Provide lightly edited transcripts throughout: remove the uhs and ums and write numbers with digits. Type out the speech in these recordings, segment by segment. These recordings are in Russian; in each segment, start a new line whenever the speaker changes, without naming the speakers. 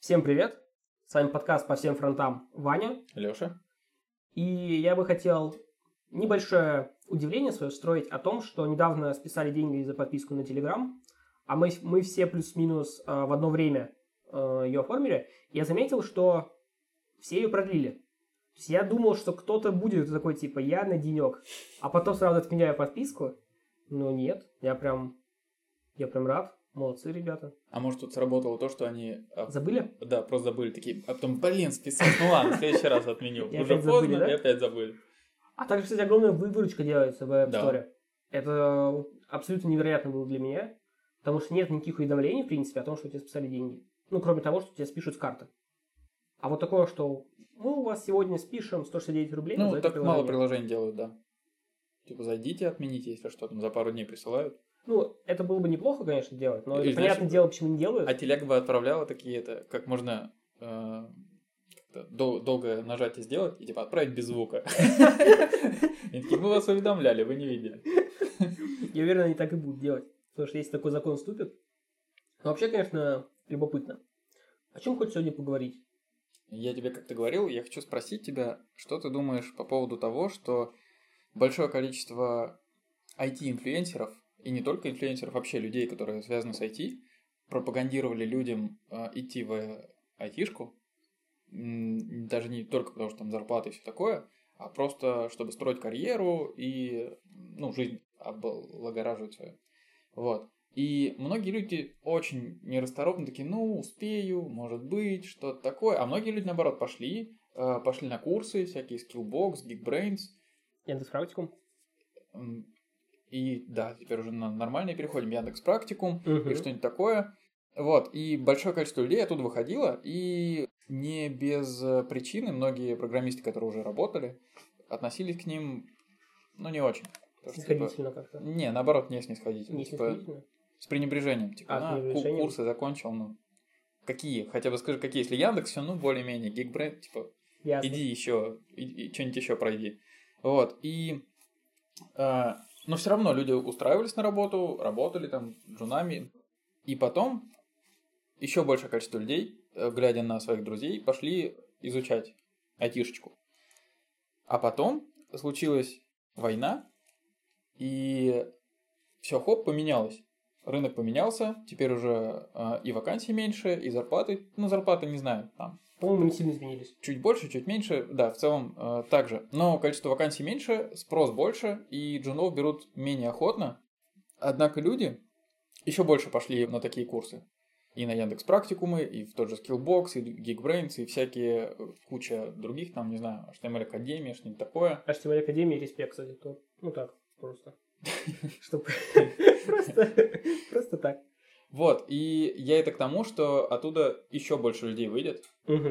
Всем привет! С вами подкаст «По всем фронтам» Ваня.
Леша.
И я бы хотел небольшое удивление свое строить о том, что недавно списали деньги за подписку на Telegram, а мы все плюс-минус в одно время ее оформили. Я заметил, что все ее продлили. То есть я думал, что кто-то будет такой типа «я на денек», а потом сразу отменяю подписку. Но нет, я прям рад. Молодцы, ребята.
А может, тут сработало то, что они...
Забыли?
Да, просто забыли такие. А потом, списал. Ну ладно, в следующий раз отменю.
И
Уже
опять
поздно,
забыли, да?
и опять забыли.
А также, кстати, огромная выручка делается в App
Да.
Store. Это абсолютно невероятно было для меня, потому что нет никаких уведомлений, в принципе, о том, что тебе списали деньги. Ну, кроме того, что тебе спишут с карты. А вот такое, что мы у вас сегодня спишем 169 рублей.
Ну,
за это
так мало приложений делают, да. Типа, зайдите, отмените, если что, там за пару дней присылают.
Ну, это было бы неплохо, конечно, делать, но
И,
это понятное дело, почему не делают.
А телега бы отправляла такие, как можно долгое нажатие сделать и типа отправить без звука. И такие, мы вас уведомляли, вы не видели.
Я уверен, они так и будут делать. Потому что если такой закон вступит. Но вообще, конечно, любопытно. О чем хочешь сегодня поговорить?
Я тебе как-то говорил, я хочу спросить тебя, что ты думаешь по поводу того, что большое количество IT-инфлюенсеров, и не только инфлюенсеров, вообще людей, которые связаны с IT, пропагандировали людям идти в IT-шку, даже не только потому, что там зарплата и все такое, а просто чтобы строить карьеру и жизнь облагораживать свою. Вот. И многие люди очень нерасторопно такие, успею, может быть, что-то такое. А многие люди, наоборот, пошли на курсы, всякие Skillbox, Geekbrains.
Яндекс.Практикум.
И да, теперь уже на нормальные переходим, Яндекс.Практикум и что-нибудь такое. Вот, и большое количество людей оттуда выходило, и не без причины многие программисты, которые уже работали, относились к ним, не очень.
Снисходительно как-то.
Не, наоборот, не снисходительно.
Не снисходительно?
С пренебрежением. Курсы закончил, какие? Хотя бы скажи, какие? Если Яндекс, все, более-менее. Geekbrains,
Ясно.
Иди еще, что-нибудь еще пройди. Вот, и... но все равно люди устраивались на работу, работали там джунами. И потом еще большее количество людей, глядя на своих друзей, пошли изучать айтишечку. А потом случилась война, и все, поменялось. Рынок поменялся, теперь уже и вакансий меньше, и зарплаты, зарплаты, не знаю, там.
По-моему, не сильно изменились.
Чуть больше, чуть меньше, да, в целом так же. Но количество вакансий меньше, спрос больше, и джунов берут менее охотно. Однако люди еще больше пошли на такие курсы. И на Яндекс.Практикумы, и в тот же Skillbox, и Geekbrains, и всякие, куча других, там, не знаю, HTML Академия, что-нибудь такое.
HTML Академия и Респект, кстати, то. Так, просто. Чтобы... Просто так.
Вот, и я это к тому, что оттуда еще больше людей выйдет,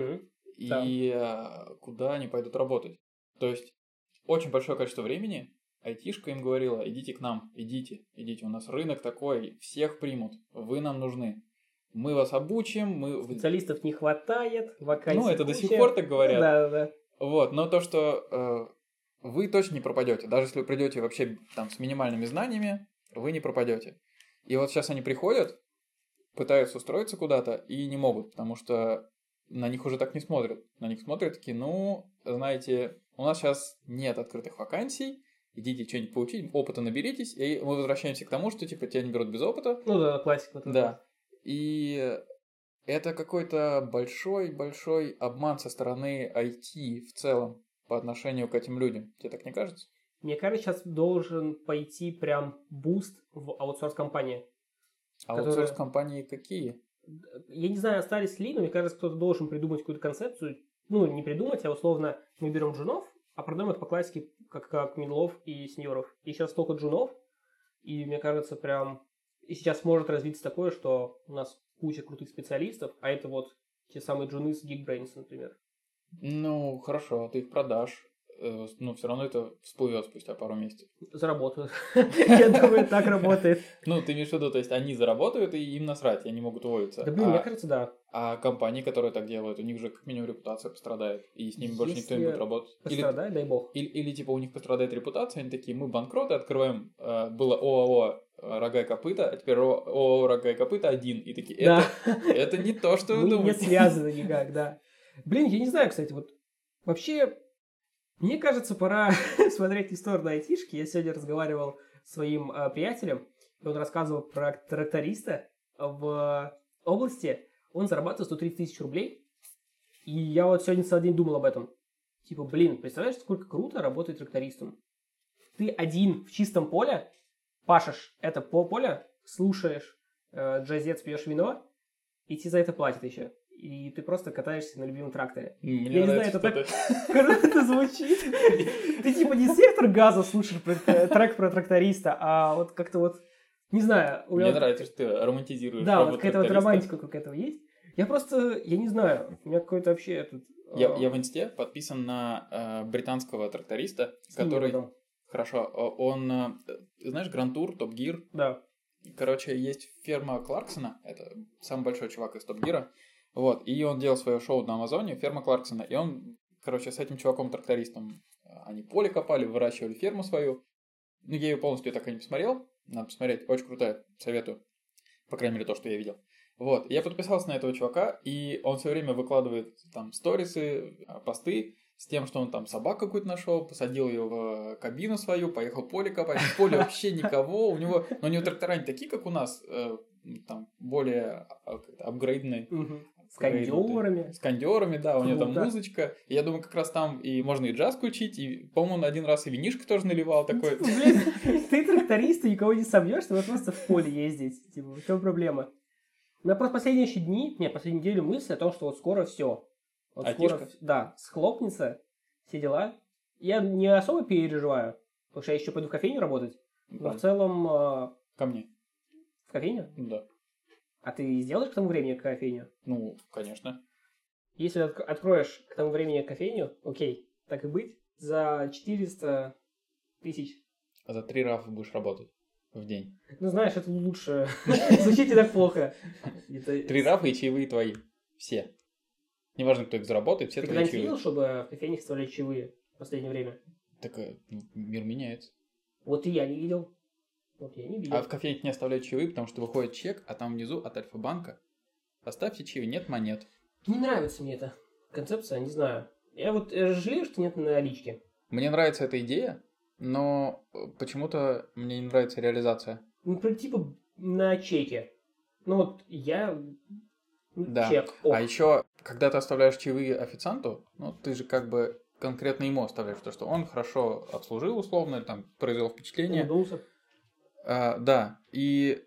и куда они пойдут работать. То есть, очень большое количество времени айтишка им говорила, идите к нам, идите, у нас рынок такой, всех примут, вы нам нужны. Мы вас обучим,
Специалистов не хватает, вакансий
это до сих пор так говорят.
Да.
Вот, но то, что вы точно не пропадете. Даже если вы придете вообще там с минимальными знаниями, вы не пропадете. И вот сейчас они приходят, пытаются устроиться куда-то и не могут, потому что на них уже так не смотрят. На них смотрят такие, знаете, у нас сейчас нет открытых вакансий, идите что-нибудь поучить, опыта наберитесь, и мы возвращаемся к тому, что тебя не берут без опыта.
Да, классика.
Да. И это какой-то большой обман со стороны IT в целом по отношению к этим людям. Тебе так не кажется?
Мне кажется, сейчас должен пойти прям буст в аутсорс-компании.
Аутсорс-компании какие?
Я не знаю, остались ли, но мне кажется, кто-то должен придумать какую-то концепцию. Не придумать, а условно мы берем джунов, а продаем их по классике, как мидлов и сеньоров. И сейчас столько джунов, и мне кажется, прям... И сейчас может развиться такое, что у нас куча крутых специалистов, а это вот те самые джуны с Geekbrains, например.
Хорошо, ты их продашь. Все равно это всплывет спустя пару месяцев.
Заработают. Я думаю, так работает.
Ты имеешь в виду, то есть они заработают, и им насрать, и они могут уволиться.
Да, мне кажется, да.
А компании, которые так делают, у них же как минимум репутация пострадает, и с ними больше никто не будет работать.
Пострадает, дай бог.
Или у них пострадает репутация, они такие, мы банкроты, открываем, было ОАО рога и копыта, а теперь ООО «Рога и копыта» один. И такие,
Да.
это не то, что вы
Мы не
думаете.
связаны никак, да. Блин, я не знаю, кстати, вот вообще, мне кажется, пора смотреть не в сторону айтишки. Я сегодня разговаривал с своим приятелем, и он рассказывал про тракториста в области. Он зарабатывает 130 тысяч рублей. И я вот сегодня целый день думал об этом. Типа, блин, представляешь, сколько круто работать трактористом? Ты один в чистом поле пашешь это поле, слушаешь джазец, пьешь вино, и тебе за это платят еще. И ты просто катаешься на любимом тракторе.
Мне
Я не знаю,
нравится,
это так круто это звучит. Ты типа не сектор газа слушаешь трек про тракториста, а вот как-то вот, не знаю.
Мне нравится, что ты романтизируешь
Да,
работу
вот какая-то вот
тракториста.
романтика какая-то есть. Я не знаю, у меня какой-то вообще этот...
Я в инсте подписан на британского тракториста, который... Хорошо, он, знаешь, Grand Tour, Top Gear?
Да.
Короче, есть ферма Кларксона, это самый большой чувак из Top Gear, вот, и он делал свое шоу на Амазоне, ферма Кларксона, и он, короче, с этим чуваком-трактористом, они поле копали, выращивали ферму свою, ну, я ее полностью так и не посмотрел, надо посмотреть, очень крутая, советую, по крайней мере, то, что я видел. Вот, я подписался на этого чувака, и он все время выкладывает там сторисы, посты, с тем, что он там собаку какую-то нашел, посадил ее в кабину свою, поехал поле копать. В поле вообще никого. У него трактора не такие, как у нас, там более апгрейдные.
С кондерами.
С кондерами, да, у него там
Круто.
музычка. И я думаю, как раз там и можно и джаз включить, и, по-моему, один раз и винишко тоже наливал такой.
Блин, ты тракторист, и никого не собьешь, ты просто в поле ездить. Типа, в чем проблема? У меня просто последние неделю мысль о том, что вот скоро все. Вот скоро, да, схлопнется, все дела. Я не особо переживаю, потому что я еще пойду в кофейню работать. Но в целом...
Ко мне.
В кофейню?
Да.
А ты сделаешь к тому времени кофейню?
Ну, конечно.
Если откроешь к тому времени кофейню, окей, так и быть, за 400 тысяч.
А за 3 рафа будешь работать в день.
Ну, знаешь, это лучше. Звучит не так плохо.
3 рафа и чаевые твои. Все. Неважно, кто их заработает, все
ты
твои чаевые.
Ты когда-нибудь видел, чтобы в кофейнях вставляли чаевые в последнее время?
Так мир меняется.
Вот и я не видел. Вот я не видел.
А в кофейнях не оставляют чаевые, потому что выходит чек, а там внизу от Альфа-банка. Оставьте чаевые, нет монет.
Не нравится мне эта концепция, не знаю. Я вот жалею, что нет налички.
Мне нравится эта идея, но почему-то мне не нравится реализация.
Ну, типа на чеке. Ну вот я...
Да.
Чек.
А еще, когда ты оставляешь чаевые официанту, ну, ты же как бы конкретно ему оставляешь то, что он хорошо обслужил условно, или там произвел впечатление.
Улыбнулся.
Да. И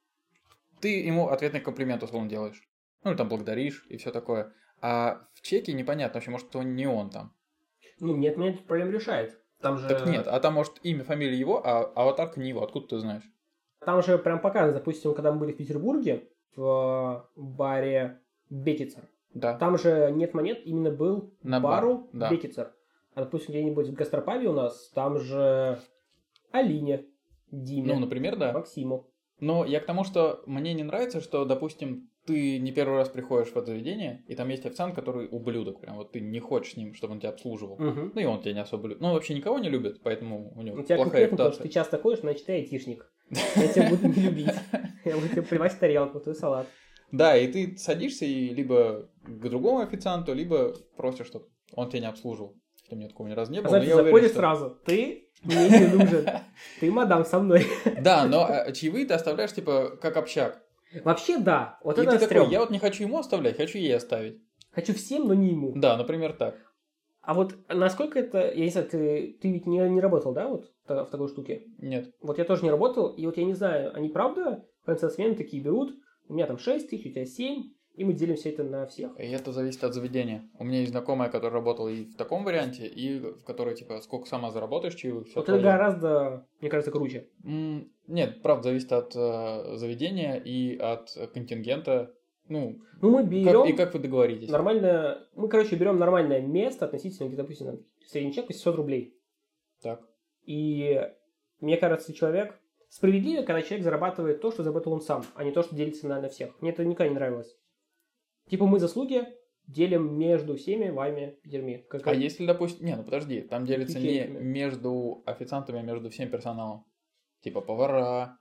ты ему ответный комплимент условно делаешь. Ну, или там благодаришь и все такое. А в чеке непонятно вообще, может, кто не он там.
Ну, нет, меня этот проблем решает. Там же...
Так нет, а там может имя, фамилия его, а аватарка не его. Откуда ты знаешь?
Там же прям показано, допустим, когда мы были в Петербурге, в баре Бекицер.
Да.
Там же нет монет, именно был
На
бару
да.
Бекицер. А, допустим, где-нибудь в гастропабе у нас, там же Алине, Диме,
Ну, например, да.
Максиму.
Но я к тому, что мне не нравится, что, допустим, ты не первый раз приходишь в это заведение, и там есть официант, который ублюдок. Прям вот ты не хочешь с ним, чтобы он тебя обслуживал.
Угу.
Ну и он тебя не особо любит. Ну, вообще никого не любит, поэтому у него
У тебя
плохая
конкретно, потому что
репутация.
ты часто ходишь, значит, ты айтишник. Я тебя буду не любить. Я буду тебе плевать в тарелку, твой салат.
Да, и ты садишься и либо к другому официанту, либо просишь, чтобы он тебя не обслуживал. Хотя у меня такого ни разу не было.
Значит, заходишь сразу. Ты мне не нужен. Ты, мадам, со мной.
Да, но чаевые ты оставляешь, типа, как общак.
Вообще, да. Вот
И
это
ты
стрём.
такой, я вот не хочу ему оставлять, хочу ей оставить.
Хочу всем, но не ему.
Да, например, так.
А вот насколько это... Я не знаю, ты ведь не работал, да, вот в такой штуке?
Нет.
Вот я тоже не работал, и вот я не знаю, они правда в конце смены такие берут, у меня там 6 тысяч, у тебя 7, и мы делим все это на всех.
И это зависит от заведения. У меня есть знакомая, которая работала и в таком варианте, и в которой, типа, сколько сама заработаешь чаевых, все
Вот это гораздо, мне кажется, круче.
Нет, правда, зависит от заведения и от контингента. Ну
мы берем...
как вы договоритесь?
Нормально... Мы, берем нормальное место относительно, где, допустим, средний чек 800 рублей.
Так.
И мне кажется, человек... Справедливо, когда человек зарабатывает то, что заработал он сам, а не то, что делится на всех. Мне это никогда не нравилось. Типа мы заслуги делим между всеми вами, пятерми.
А если, допустим... Не, ну подожди, там делится не
Пятерками.
между официантами, а между всем персоналом. Типа повара,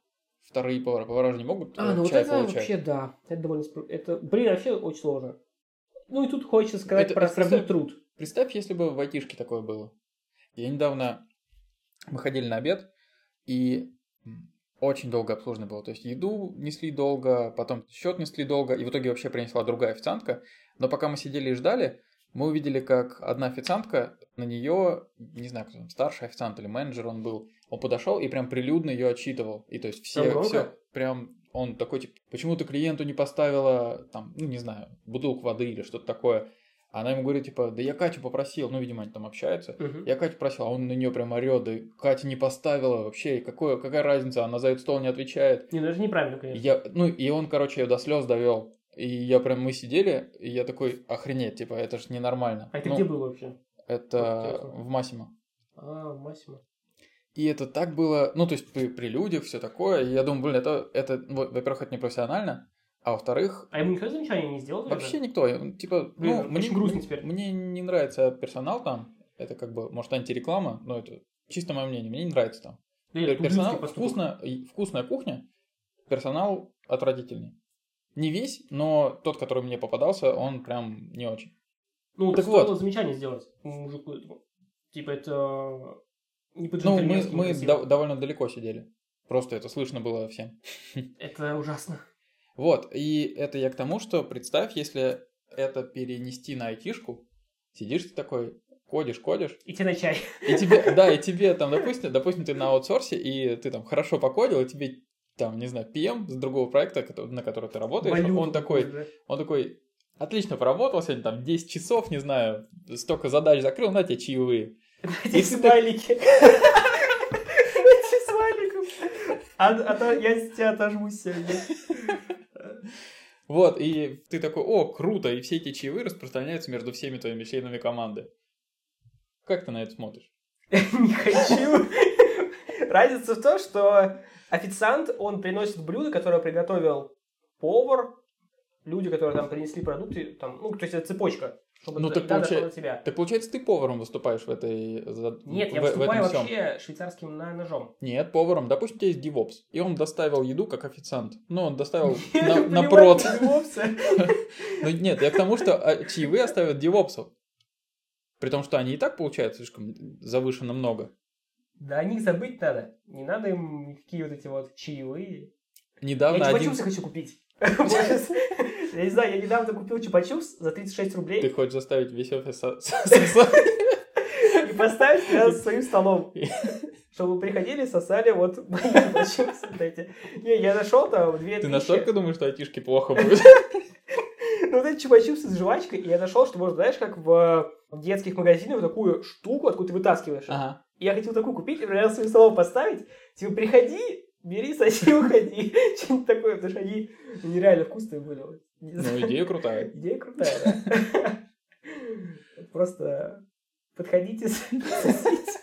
вторые повара. Повара же не могут
ну вот
чай
это
получать.
вообще, да. Это довольно... Это, блин, вообще очень сложно. Ну и тут хочется сказать про
представь-
сравнить труд.
Представь, если бы в айтишке такое было. Я недавно... Мы ходили на обед, и очень долго обслуживание было. То есть еду несли долго, потом счет несли долго, и в итоге вообще принесла другая официантка. Но пока мы сидели и ждали, мы увидели, как одна официантка, на нее, не знаю, кто там, старший официант или менеджер он был, он подошел и прям прилюдно ее отчитывал. И то есть все прям, он такой, типа, почему ты клиенту не поставила, там, ну не знаю, бутылку воды или что-то такое. Она ему говорит, типа, да я Катю попросил, ну, видимо, они там общаются. Я Катю просил, а он на нее прям орет, да Катя не поставила вообще, какая разница, она за этот стол не отвечает.
Не, ну это неправильно, конечно.
И он, короче, ее до слез довел. И мы сидели, и я такой, охренеть, типа, это ж ненормально.
А это где был вообще?
Это в Массимо.
В Массимо.
И это так было, ну, то есть при людях, все такое. И я думаю, блин, это во-первых, это непрофессионально. А во-вторых...
А ему никто замечания не сделал?
Вообще никто. Типа,
блин,
мне
грустно теперь.
Мне не нравится персонал там. Это как бы, может, антиреклама, но это чисто мое мнение. Мне не нравится там. Персонал вкусная кухня, персонал отвратительный. Не весь, но тот, который мне попадался, он прям не очень.
Ну, так стоило замечание сделать мужику этому. Типа, это... Не
мы довольно далеко сидели. Просто это слышно было всем.
Это ужасно.
Вот, и это я к тому, что представь, если это перенести на айтишку, сидишь ты такой, кодишь.
И тебе на чай.
И тебе там, допустим, ты на аутсорсе, и ты там хорошо покодил, и тебе там, не знаю, PM с другого проекта, на который ты работаешь, он такой, отлично поработал сегодня, там, 10 часов, не знаю, столько задач закрыл, на тебе чаевые.
Эти смайлики. Эти смайликов. А то я с тебя отожмусь сегодня.
Вот, и ты такой, о, круто, и все эти чаевые распространяются между всеми твоими членами команды. Как ты на это смотришь?
Не хочу. Разница в том, что официант, он приносит блюдо, которое приготовил повар, люди, которые там принесли продукты, там, ну, то есть это цепочка, чтобы еда дошла до тебя.
Так получается, ты поваром выступаешь в этой...
Нет, я выступаю вообще швейцарским ножом.
Нет, поваром. Допустим, у тебя есть DevOps, и он доставил еду как официант. Ну, он доставил на прод. Ну, нет, я к тому, что чаевые оставят DevOps'ов. При том, что они и так получают слишком завышенно много.
Да о них забыть надо. Не надо им никакие вот эти вот чаевые.
Недавно
я чупа-чупсы хочу купить. Я не знаю, я недавно купил чупа-чупс за 36 рублей.
Ты хочешь заставить весь офис
и поставить рядом со своим столом. Чтобы вы приходили, сосали вот мои чупа-чупсы вот эти. Не, я нашел там 2000.
Ты настолько думаешь, что айтишки плохо будет?
Ну, вот эти чупа-чупсы с жвачкой, и я нашел, что можно, знаешь, как в детских магазинах такую штуку, откуда ты вытаскиваешь.
Ага.
И я хотел такую купить, и рядом с своим столом поставить. Типа, приходи, бери, соси, уходи. Что-нибудь такое, потому что они нереально вкусные были.
Ну, идея крутая.
Идея крутая, да. Просто подходите, сосите.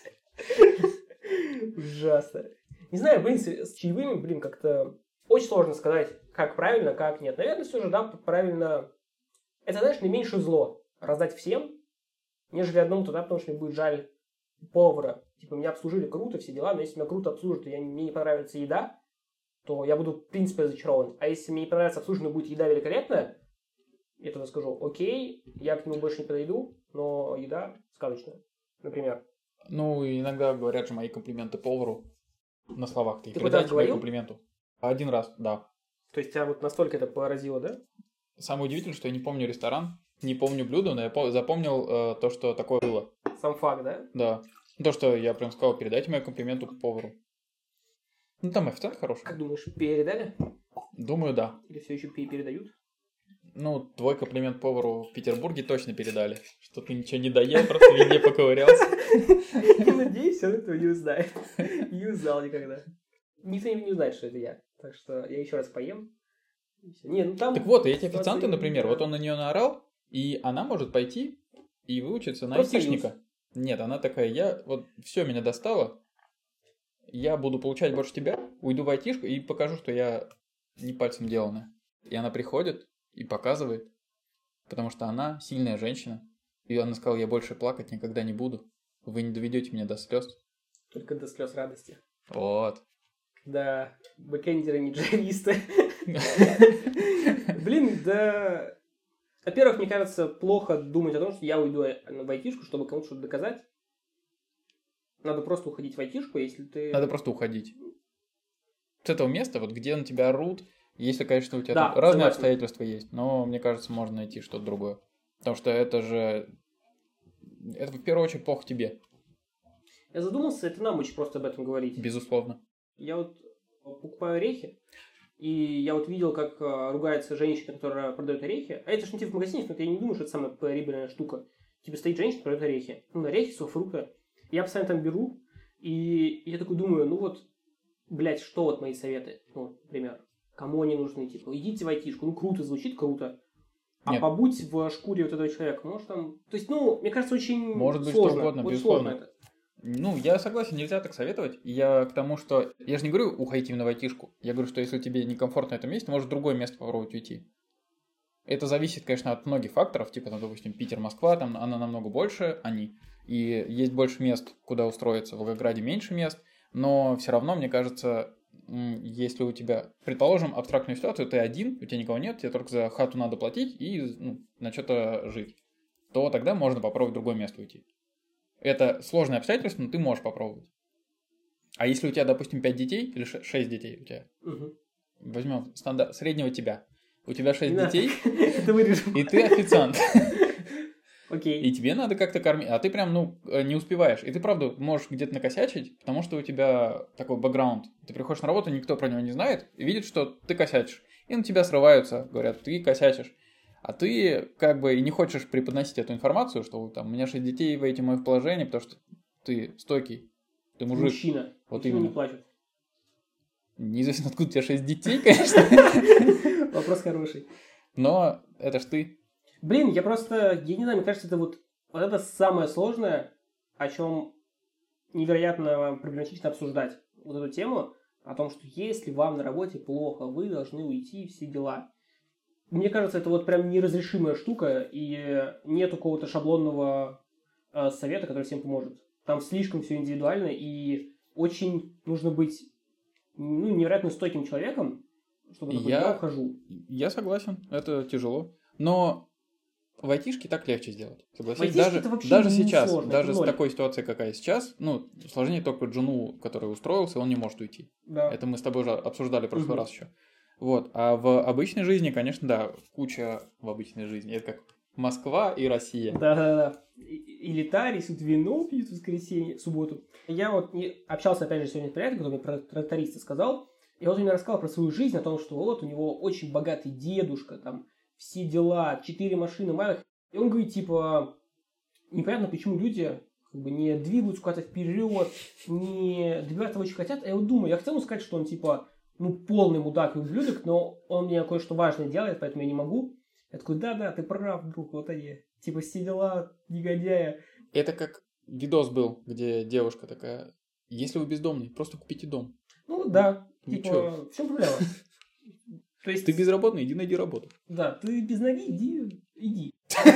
Ужасно. Не знаю, блин, с чаевыми, блин, как-то очень сложно сказать, как правильно, как нет. Наверное, все же, да, правильно. Это, знаешь, наименьшее зло раздать всем, нежели одному туда, потому что мне будет жаль повара. Типа, меня обслужили круто, все дела, но если меня круто обслужат, и мне не понравится еда, то я буду, в принципе, разочарован. А если мне не понравится обслуживание, будет еда великолепная, я тогда скажу, окей, я к нему больше не подойду, но еда сказочная, например.
Ну, иногда говорят же мои комплименты повару на словах.
Ты передайте мои
комплименту. Один раз, да.
То есть тебя вот настолько это поразило, да?
Самое удивительное, что я не помню ресторан, не помню блюдо, но я запомнил то, что такое было.
Сам факт, да?
Да. То, что я прям сказал, передайте мои комплименты повару. Ну, там официант хороший.
Как думаешь, передали?
Думаю, да.
Или все еще передают?
Ну, твой комплимент повару в Петербурге точно передали. Что ты ничего не доел, просто везде поковырялся.
Я надеюсь, он этого не узнает. Не узнал никогда. Никто не узнает, что это я. Так что я еще раз поем. Не, ну там...
Так вот, и эти официанты, например, вот он на нее наорал, и она может пойти и выучиться на айтишника. Нет, она такая, вот все меня достало, я буду получать больше тебя, уйду в айтишку и покажу, что я не пальцем деланная. И она приходит и показывает, потому что она сильная женщина. И она сказала, я больше плакать никогда не буду. Вы не доведете меня до слез.
Только до слез радости.
Вот.
Да, бэкэндеры, не джависты. Блин, да... Во-первых, мне кажется, плохо думать о том, что я уйду в айтишку, чтобы кому-то что-то доказать. Надо просто уходить в айтишку, если ты...
Надо просто уходить. С этого места, вот где на тебя орут, если, конечно, у тебя
Да,
там разные
согласен.
обстоятельства есть, но мне кажется, можно найти что-то другое. Потому что это же... Это в первую очередь плохо тебе.
Я задумался, это нам очень просто об этом говорить.
Безусловно.
Я вот покупаю орехи, и я вот видел, как ругается женщина, которая продает орехи. А это же не типа в магазине, но я не думаю, что это самая прибыльная штука. Типа стоит женщина, продает орехи. Ну, орехи, сухофрукты. Я постоянно там беру, и я такой думаю, ну вот, блядь, что вот мои советы? Ну, например, кому они нужны? Типа, идите в айтишку. Ну, круто, звучит круто. А
Нет.
побудь в шкуре вот этого человека. Может там... То есть, ну, мне кажется, очень
Может быть,
сложно.
что угодно,
вот
безусловно.
сложно это.
Ну, я согласен, нельзя так советовать. Я к тому, что... Я же не говорю уходить именно в айтишку. Я говорю, что если тебе некомфортно в этом месте, можешь в другое место попробовать уйти. Это зависит, конечно, от многих факторов. Типа, там, допустим, Питер, Москва, там она намного больше, они. И есть больше мест, куда устроиться. В Волгограде меньше мест. Но все равно, мне кажется, если у тебя... Предположим, абстрактную ситуацию, ты один, у тебя никого нет, тебе только за хату надо платить и на что-то жить. То тогда можно попробовать в другое место уйти. Это сложное обстоятельство, но ты можешь попробовать. А если у тебя, допустим, 5 детей, или 6 детей у тебя, возьмем стандарт среднего тебя, у тебя 6 детей,
Это вырежем.
и ты официант,
Окей.
и тебе надо как-то кормить, а ты прям, не успеваешь, и ты, правда, можешь где-то накосячить, потому что у тебя такой бэкграунд. Ты приходишь на работу, никто про него не знает, и видит, что ты косячишь, и на тебя срываются, говорят, ты косячишь. А ты как бы и не хочешь преподносить эту информацию, что там, у меня 6 детей, вы этим в положении, потому что ты стойкий, ты мужик.
Мужчина.
Вот
Мужчина
именно.
не плачет.
Неизвестно, откуда у тебя 6 детей, конечно.
Вопрос хороший.
Но это ж ты.
Блин, я не знаю, мне кажется, это вот это самое сложное, о чем невероятно проблематично обсуждать. Вот эту тему о том, что если вам на работе плохо, вы должны уйти и все дела. Мне кажется, это вот прям неразрешимая штука, и нет какого-то шаблонного совета, который всем поможет. Там слишком все индивидуально, и очень нужно быть невероятно стойким человеком, чтобы такой, я ухожу.
Я согласен, это тяжело. Но в айтишке так легче сделать. Согласись,
даже
сейчас,
сложно,
даже с такой ситуацией, какая сейчас, сложнее только Джуну, который устроился, он не может уйти.
Да.
Это мы с тобой уже обсуждали в прошлый раз еще. Вот. А в обычной жизни, конечно, да, куча в обычной жизни. Это как Москва и Россия.
Да. Элитарий, тут вино пьют в воскресенье, в субботу. Я вот общался, опять же, сегодня с приятелем, который мне про тракториста сказал. И вот он мне рассказал про свою жизнь, о том, что вот у него очень богатый дедушка, там, все дела, 4 машины малых. И он говорит, типа, непонятно, почему люди как бы не двигаются куда-то вперед, не добиваются того, чего хотят. А я вот думаю, я хотел ему сказать, что он, типа, полный мудак и ублюдок, но он мне кое-что важное делает, поэтому я не могу. Я такой, да, ты прав, друг, вот они. Типа, все дела негодяя.
Это как видос был, где девушка такая, если вы бездомный, просто купите дом.
Ну, да.
Ну,
типа, в чем проблема? То есть...
Ты безработный, иди найди работу.
Да, ты без ноги, иди.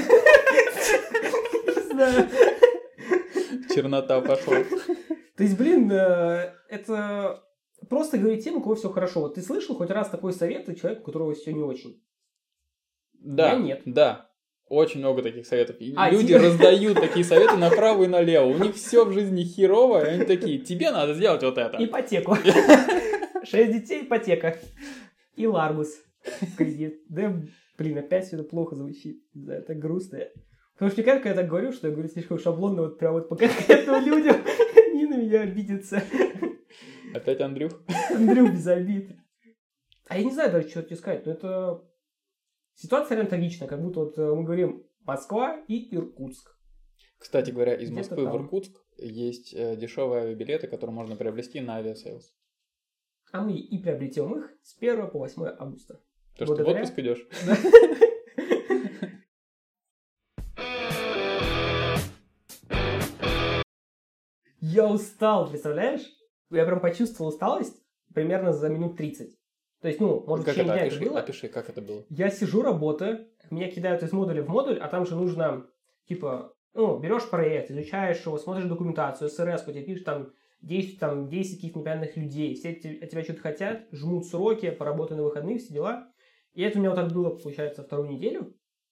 Чернота пошла.
То есть, блин, это просто говорить тем, у кого все хорошо. Вот ты слышал хоть раз такой совет от человека, у которого все не очень?
Да,
Я нет.
Да. Очень много таких советов. И люди раздают такие советы направо и налево. У них все в жизни херово, и они такие, тебе надо сделать вот это.
Ипотеку. 6 детей, ипотека. И Ларгус. Кредит. Да, блин, опять все это плохо звучит. Да, это грустно. Потому что когда я так говорю, что я говорю слишком шаблонно, вот прям вот по конкретным людям, они на меня обидятся.
Опять Андрюх?
Андрюх без обид. А я не знаю даже, что тебе сказать, но это... Ситуация реально трагичная, как будто вот мы говорим Москва и Иркутск.
Кстати говоря, из
Где-то
Москвы
там.
в Иркутск есть дешевые авиабилеты, которые можно приобрести на авиасейлс.
А мы и приобретем их с 1 по 8 августа.
То, что в отпуск идешь?
Я устал, представляешь? Я прям почувствовал усталость примерно за минут 30. То есть, может, в течение дня это было.
Опиши, как это было.
Я сижу, работаю, меня кидают из модуля в модуль, а там же нужно, типа, берешь проект, изучаешь его, смотришь документацию, СРС-ку, тебе пишешь там 10 каких-то непонятных людей, все от тебя что-то хотят, жмут сроки, поработай на выходных, все дела. И это у меня вот так было, получается, вторую неделю.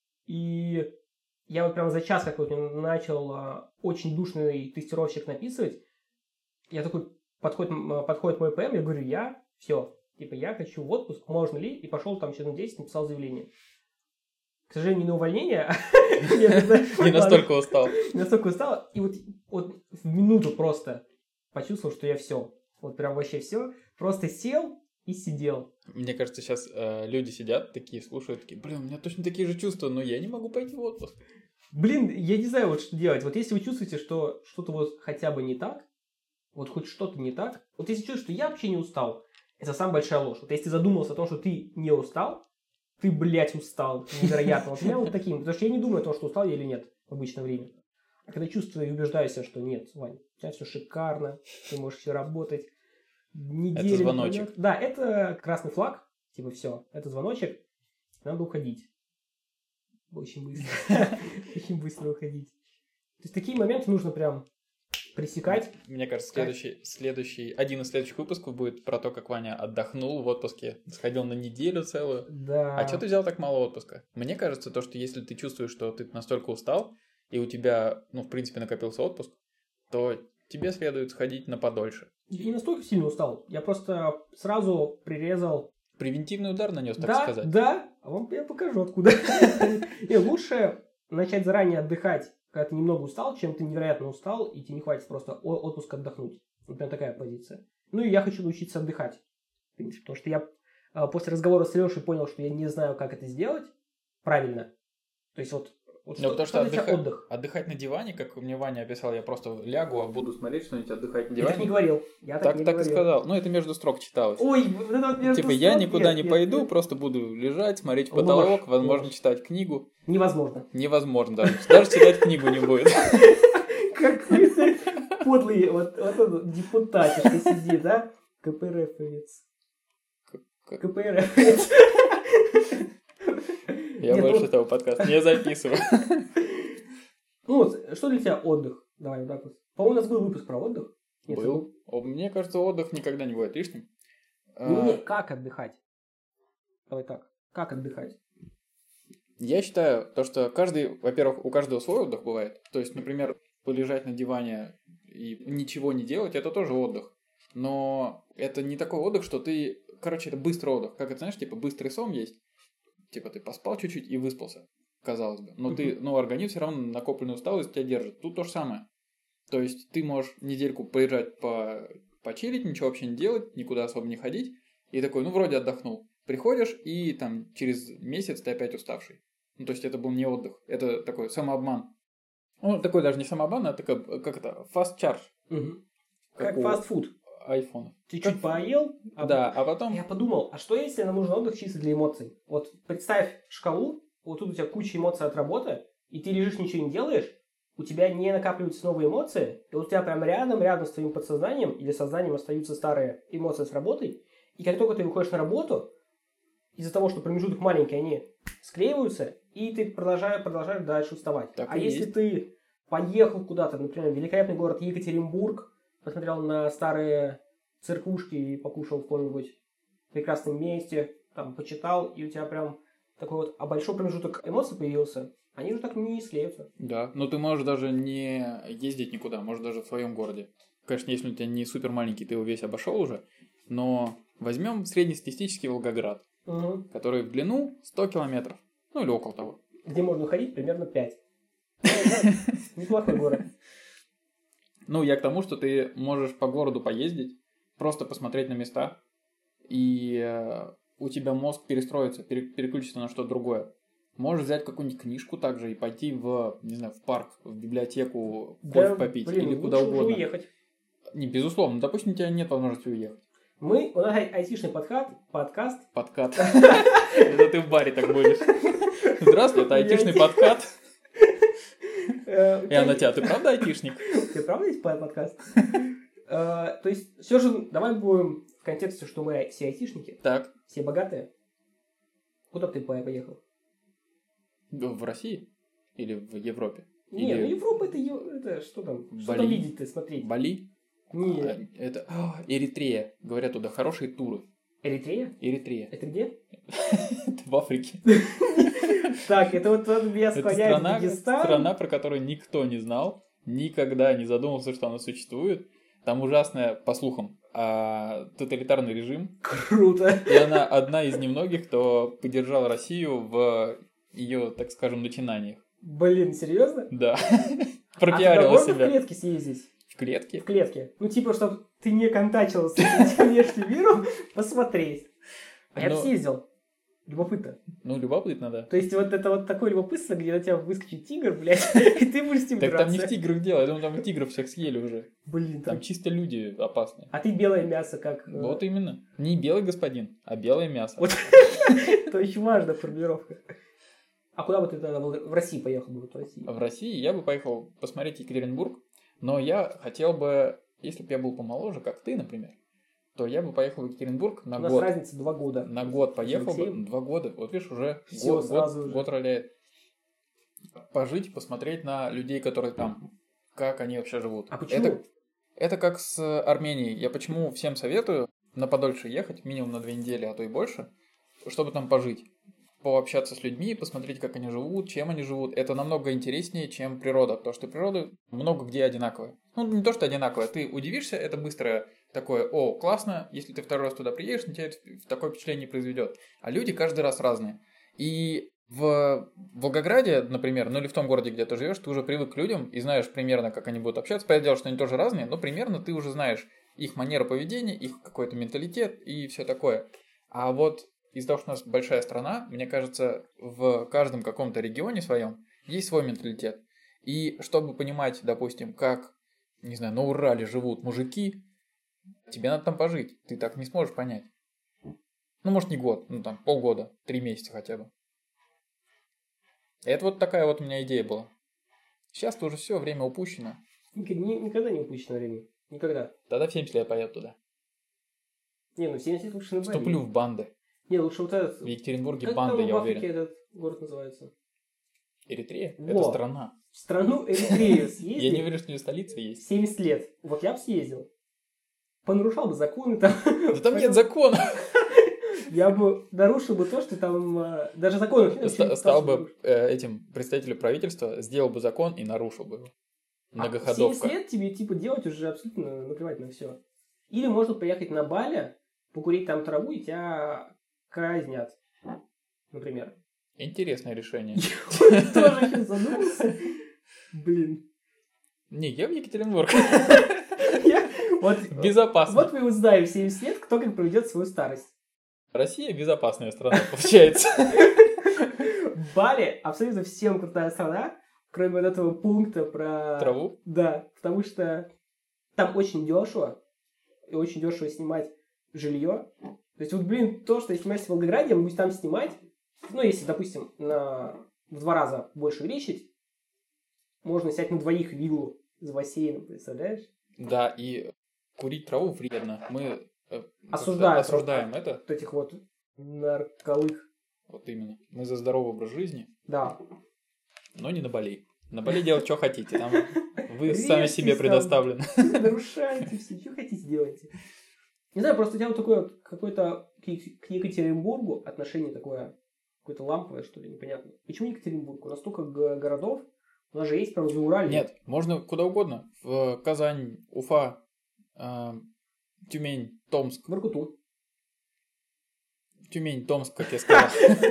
И я вот прям за час, как вот начал очень душный тестировщик написывать, я такой, подходит мой ПМ, я говорю, я хочу в отпуск, можно ли? И пошел там через 10, написал заявление. К сожалению, не на увольнение.
Не настолько устал.
Не настолько устал. И вот в минуту просто почувствовал, что я все. Вот прям вообще все. Просто сел и сидел.
Мне кажется, сейчас люди сидят такие, слушают, такие, блин, у меня точно такие же чувства, но я не могу пойти в отпуск.
Блин, я не знаю, вот что делать. Вот если вы чувствуете, что что-то вот хотя бы не так, вот хоть что-то не так, вот если чувствуешь, что я вообще не устал, это самая большая ложь. Вот если ты задумался о том, что ты не устал, ты, блядь, устал. Невероятно. Вот у меня вот таким. Потому что я не думаю о том, что устал я или нет в обычное время. А когда чувствую и убеждаюсь, что нет, Вань, у тебя все шикарно, ты можешь все работать. Неделю,
это звоночек.
Да, это красный флаг. Типа все, это звоночек. Надо уходить. Очень быстро. Очень быстро уходить. То есть такие моменты нужно прям пресекать.
Мне кажется, один из следующих выпусков будет про то, как Ваня отдохнул в отпуске, сходил на неделю целую.
Да.
А что ты взял так мало отпуска? Мне кажется, то, что если ты чувствуешь, что ты настолько устал, и у тебя, в принципе, накопился отпуск, то тебе следует сходить на подольше.
Я не настолько сильно устал. Я просто сразу прирезал...
Превентивный удар нанес, так сказать.
Да. А вам я покажу, откуда. И лучше начать заранее отдыхать, когда ты немного устал, чем ты невероятно устал, и тебе не хватит просто отпуска отдохнуть. Например, такая позиция. Ну и я хочу научиться отдыхать. В принципе, потому что я после разговора с Лешей понял, что я не знаю, как это сделать правильно. То есть вот
потому что
отдых?
Отдыхать на диване, как мне Ваня описал, я просто лягу, а буду смотреть что-нибудь, отдыхать на
Я
диване.
так не говорил.
Так и сказал. Ну, это между строк читалось.
Ой, вот это вот между
Типа, я
строк,
никуда
нет,
не
нет,
пойду,
нет.
просто буду лежать, смотреть в потолок, возможно, читать книгу.
Невозможно.
Невозможно, даже читать книгу не будет.
Какой ты подлый вот этот депутат, что сидит, да? КПРФовец. КПРФовец.
Я больше этого подкаста не записываю.
Ну вот, что для тебя отдых? Давай вот так вот. По-моему, у нас был выпуск про отдых.
Был. Мне кажется, отдых никогда не бывает лишним.
Ну, как отдыхать? Давай так. Как отдыхать?
Я считаю, то, что во-первых, у каждого свой отдых бывает. То есть, например, полежать на диване и ничего не делать, это тоже отдых. Но это не такой отдых, что ты... Короче, это быстрый отдых. Как это, знаешь, типа быстрый сон есть. Типа ты поспал чуть-чуть и выспался, казалось бы. Но организм все равно накопленную усталость тебя держит. Тут то же самое. То есть ты можешь недельку полежать, почилить, ничего вообще не делать, никуда особо не ходить. И такой, вроде отдохнул. Приходишь, и там через месяц ты опять уставший. То есть это был не отдых. Это такой самообман. Такой даже не самообман, а такой, как это, fast charge.
Как фастфуд.
Айфон.
Ты чуть поел,
да, а потом...
Я подумал, а что если нам нужен отдых чисто для эмоций? Вот представь шкалу, вот тут у тебя куча эмоций от работы, и ты лежишь, ничего не делаешь, у тебя не накапливаются новые эмоции, и вот у тебя прям рядом с твоим подсознанием или сознанием остаются старые эмоции с работой, и как только ты выходишь на работу, из-за того, что промежуток маленький, они склеиваются, и ты продолжаешь дальше уставать.
Так
а
и
если
есть.
ты поехал куда-то, например, в великолепный город Екатеринбург, посмотрел на старые церквушки и покушал в каком-нибудь прекрасном месте, там, почитал, и у тебя прям такой вот большой промежуток эмоций появился, они уже так не склеются.
Да, но ты можешь даже не ездить никуда, можешь даже в своем городе. Конечно, если у тебя не супер маленький, ты его весь обошел уже, но возьмем среднестатистический Волгоград, который в длину 100 километров, или около того.
Где можно ходить примерно 5. Неплохой город.
Я к тому, что ты можешь по городу поездить, просто посмотреть на места, и у тебя мозг перестроится, переключится на что-то другое. Можешь взять какую-нибудь книжку также и пойти в парк, в библиотеку, кофе попить или куда угодно.
Уехать.
Не, безусловно, допустим, у тебя нет возможности уехать.
У нас айтишный подкаст.
Подкат. Это ты в баре так будешь. Здравствуй, это айтишный подкат. Я на тебя, ты правда айтишник?
Ты правда есть подкаст? То есть, все же, давай будем в контексте, что мы все айтишники.
Так.
Все богатые. Куда бы ты поехал?
В России? Или в Европе?
Нет, Европа это что там? Что там видеть-то, смотреть?
Бали?
Нет.
Это Эритрея. Говорят, туда хорошие туры.
Эритрея?
Эритрея.
Это где?
Это в Африке.
Так, это вот меня
Это
склоняет в Дагестан.
страна, про которую никто не знал, никогда не задумывался, что она существует. Там ужасная, по слухам, тоталитарный режим.
Круто.
И она одна из немногих, кто поддержал Россию в ее, так скажем, начинаниях.
Блин, серьезно?
Да.
А
Пропиарила
туда можно в
себя.
клетке съездить?
В клетке?
В клетке. Ну, типа, чтобы ты не контачил с этим внешним миром, посмотреть. А я бы съездил. Любопытно.
Ну, любопытно, да.
То есть, вот это вот такое любопытство, где на тебя выскочит тигр, блядь, и ты будешь с ним
Так
драться.
там не в тиграх дело, я думаю, там тигров всех съели уже.
Блин,
Там чисто люди опасные.
А ты белое мясо как...
Вот именно. Не белый господин, а белое мясо.
Вот это очень важная формулировка. А куда бы ты тогда в России поехал бы? В России?
В России я бы поехал посмотреть Екатеринбург, но я хотел бы, если бы я был помоложе, как ты, например, то я бы поехал в Екатеринбург на год.
У нас разница 2 года.
На год поехал бы, 2 года. Вот видишь, уже
Всё, сразу
год роляет. Пожить, посмотреть на людей, которые там, как они вообще живут.
А почему?
Это как с Арменией. Я почему всем советую на подольше ехать, минимум на 2 недели, а то и больше, чтобы там пожить. Пообщаться с людьми, посмотреть, как они живут, чем они живут. Это намного интереснее, чем природа, потому что природа много где одинаковая. Ну, не то, что одинаковая, ты удивишься, это быстрое такое, классно, если ты второй раз туда приедешь, на тебя это такое впечатление не произведет. А люди каждый раз разные. И в Волгограде, например, ну или в том городе, где ты живешь, ты уже привык к людям и знаешь примерно, как они будут общаться. Понятное дело, что они тоже разные, но примерно ты уже знаешь их манеру поведения, их какой-то менталитет и все такое. А вот из-за того, что у нас большая страна, мне кажется, в каждом каком-то регионе своем есть свой менталитет. И чтобы понимать, допустим, как, не знаю, на Урале живут мужики, тебе надо там пожить. Ты так не сможешь понять. Ну, может, не год, ну там полгода, 3 месяца хотя бы. Это вот такая вот у меня идея была. Сейчас-то уже все, время упущено.
Никогда не упущено время. Никогда.
Тогда в 70 лет поеду туда.
Не, ну в 70 лет лучше на Бали.
Вступлю в банды.
Не, лучше вот этот...
В Екатеринбурге
как
банды,
там
я
в Африке
уверен.
этот город называется?
Эритрея?
Во.
Это страна.
В страну Эритрею съездил.
Я не уверен, что у нее столица есть.
70 лет. Вот я бы съездил. Понарушал бы законы там.
Да там нет закона.
Я бы нарушил бы то, что там даже законов нет.
Стал бы этим представителем правительства, сделал бы закон и нарушил бы его. Многоходовка.
70 лет тебе типа делать уже абсолютно наплевать на все. Или можно приехать на Бали, покурить там траву, и тебя казнят. Например.
Интересное решение.
Тоже сейчас задумался. Блин.
Не, я в Екатеринбург. Безопасно.
Вот мы узнаем в 70 лет, кто как проведет свою старость.
Россия безопасная страна, получается.
Бали абсолютно всем крутая страна, кроме вот этого пункта про...
Траву?
Да, потому что там очень дешево, и очень дешево снимать жилье. То есть, вот, блин, то, что я снимаюсь в Волгограде, я могу там снимать, ну, если, допустим, в 2 раза больше увеличить, можно снять на 2 виллу с бассейном, представляешь?
Да, и курить траву вредно. Мы
осуждаем
это.
Вот этих вот нарколых.
Вот именно. Мы за здоровый образ жизни.
Да.
Но не на Бали. На Бали делать, что хотите. Там вы сами
Режьтесь
себе
там,
предоставлены.
Нарушайте все, что хотите делайте. Не знаю, просто у тебя вот такое вот какое-то к Екатеринбургу отношение такое, какое-то ламповое, что ли, непонятно. Почему Екатеринбург? У нас столько городов, у нас же есть прям Зауралье.
Нет, можно куда угодно. В Казань, Уфа, Тюмень, Томск.
Воркуту.
Тюмень, Томск, как я сказал.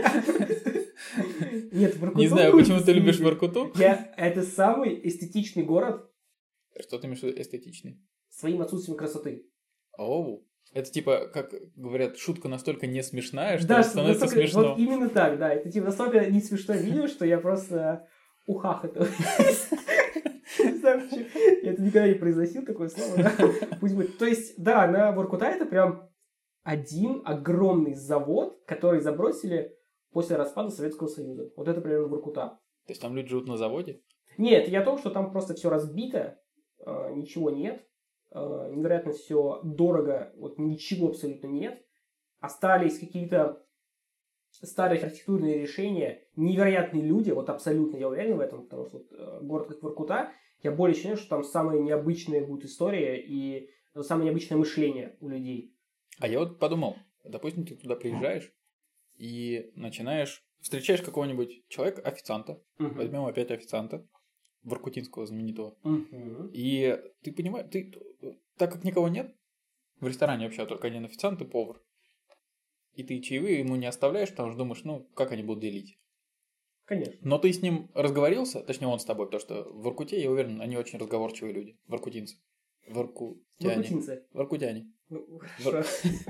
Нет, Воркуту.
Не знаю, почему ты любишь Воркуту.
Это самый эстетичный город.
Что ты имеешь в виду эстетичный?
Своим отсутствием красоты.
Оу. Это типа, как говорят, шутка настолько не смешная, что
да,
становится
настолько,
смешно.
Вот именно так, да. Это типа настолько не смешно видео, что я просто ухахатываю. Я это никогда не произносил, такое слово, да? Пусть будет. То есть, да, на Воркута это прям один огромный завод, который забросили после распада Советского Союза. Вот это примерно Воркута.
То есть там люди живут на заводе?
Нет, я о том, что там просто все разбито, ничего нет, невероятно все дорого, вот ничего абсолютно нет. Остались какие-то старые архитектурные решения, невероятные люди, вот абсолютно, я уверен в этом, потому что город как Воркута, я более чем что там самая необычная будет история и самое необычное мышление у людей.
А я вот подумал, допустим, ты туда приезжаешь и встречаешь какого-нибудь человека, официанта, возьмем опять официанта, воркутинского знаменитого, и ты понимаешь, так как никого нет в ресторане вообще, только один официант и повар, и ты чаевые ему не оставляешь, потому что думаешь, как они будут делить.
Конечно.
Но ты с ним разговорился, точнее он с тобой, потому что в Воркуте, я уверен, они очень разговорчивые люди, воркутинцы. Воркутяне.
Хорошо.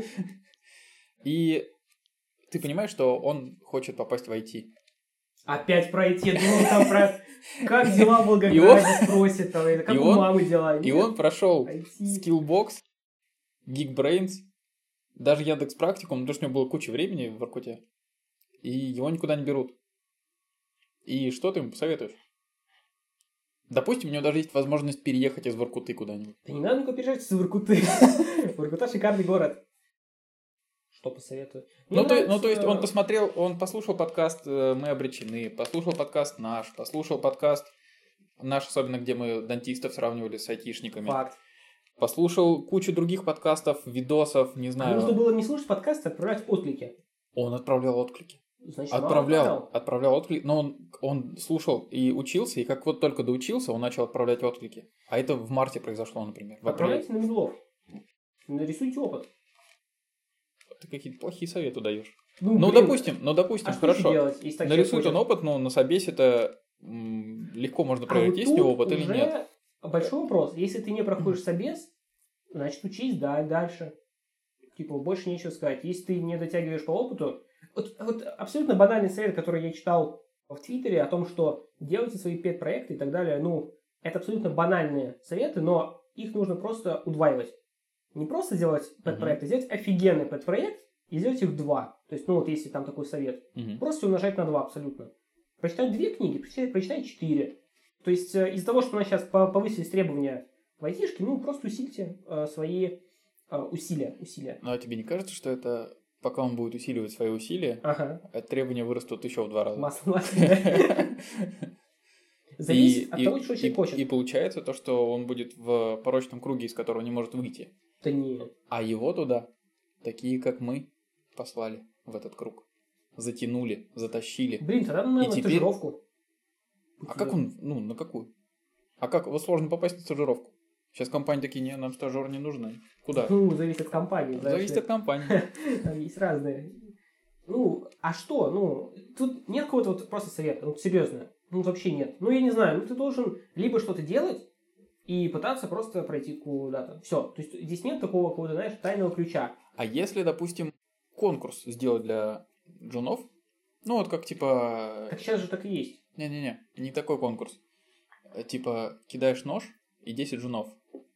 И ты понимаешь, что он хочет попасть в IT.
Опять про IT, я думал там про как дела в Волгограде спросит, как у мамы дела.
И он прошел Skillbox, Geekbrains, даже Яндекс.Практикум, потому что у него было куча времени в Воркуте, и его никуда не берут. И что ты ему посоветуешь? Допустим, у него даже есть возможность переехать из Воркуты куда-нибудь.
Да не надо никуда переезжать из Воркуты. Воркута шикарный город. Что посоветую?
То есть он послушал подкаст «Мы обречены», послушал подкаст наш, послушал подкаст наш, особенно где мы дантистов сравнивали с айтишниками.
Факт.
Послушал кучу других подкастов, видосов, не знаю.
Нужно было не слушать подкасты, а отправлять отклики.
Он отправлял отклики.
Значит,
отправлял отклики, но он слушал и учился, и как вот только доучился, он начал отправлять отклики. А это в марте произошло, например.
Отправляйте на Медлов. Нарисуйте опыт.
Ты какие-то плохие советы даешь.
Допустим,
хорошо. Нарисует он опыт, но на собесе-то легко можно проверить, есть у него опыт или нет.
Большой вопрос. Если ты не проходишь собес, значит учись дальше. Больше нечего сказать. Если ты не дотягиваешь по опыту, вот абсолютно банальный совет, который я читал в Твиттере о том, что делайте свои пет-проекты и так далее, это абсолютно банальные советы, но их нужно просто удваивать. Не просто делать пэт-проект, а сделать офигенный пэт-проект и сделать их 2. То есть, если там такой совет. Просто умножать на 2 абсолютно. Прочитать 2 книги, прочитать 4. То есть, из-за того, что у нас сейчас повысились требования в айтишке, просто усильте свои усилия.
Ну, а тебе не кажется, что это, пока он будет усиливать свои усилия, требования вырастут еще в 2 раза?
Масло, да. Зависит от того, что человек хочет.
И получается то, что он будет в порочном круге, из которого не может выйти.
Да нет.
А его туда, такие как мы, послали в этот круг. Затянули, затащили.
Блин, тогда надо на стажировку.
А как он, на какую? А как, вот сложно попасть на стажировку. Сейчас компании такие, нет, нам стажеры не нужны. Куда?
Зависит от компании.
Зависит от компании.
Там есть разные. А что? Тут нет какого-то просто совета. Серьезно. Вообще нет. Я не знаю. Ты должен либо что-то делать и пытаться просто пройти куда-то. Все. То есть здесь нет такого какого-то, тайного ключа.
А если, допустим, конкурс сделать для джунов, как типа...
Так сейчас же так и есть.
Не такой конкурс. Типа, кидаешь нож и 10 джунов.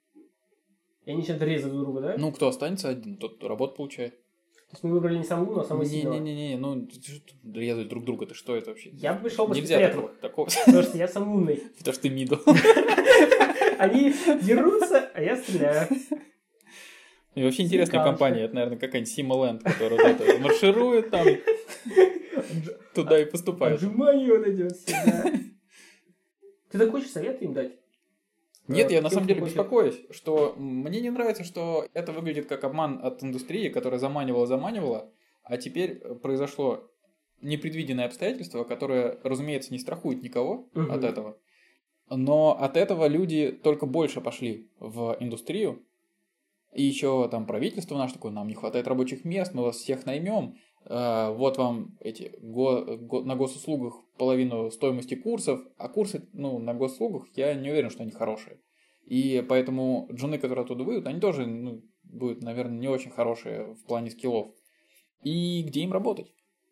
И они сейчас резают друг друга, да?
Кто останется один, тот работу получает.
То есть мы выбрали не самого умного, а самого сильного.
Резать друг друга, ты что это вообще?
Я бы пришел бы
Нельзя такого.
Потому что я самый умный.
Потому что ты мидл.
Они дерутся, а я стреляю.
И вообще интересная компания. Это, наверное, какая-нибудь Симоленд, которая марширует там, туда и поступает.
Отжимание вот идет всегда. Ты так хочешь советы им дать?
Нет, я на самом деле беспокоюсь, что мне не нравится, что это выглядит как обман от индустрии, которая заманивала, а теперь произошло непредвиденное обстоятельство, которое, разумеется, не страхует никого от этого, но от этого люди только больше пошли в индустрию, и еще там правительство наше такое, нам не хватает рабочих мест, мы вас всех наймем, вот вам на госуслугах половину стоимости курсов, а курсы на госуслугах, я не уверен, что они хорошие. И поэтому джуны, которые оттуда выйдут, они тоже будут, наверное, не очень хорошие в плане скиллов. И где им работать?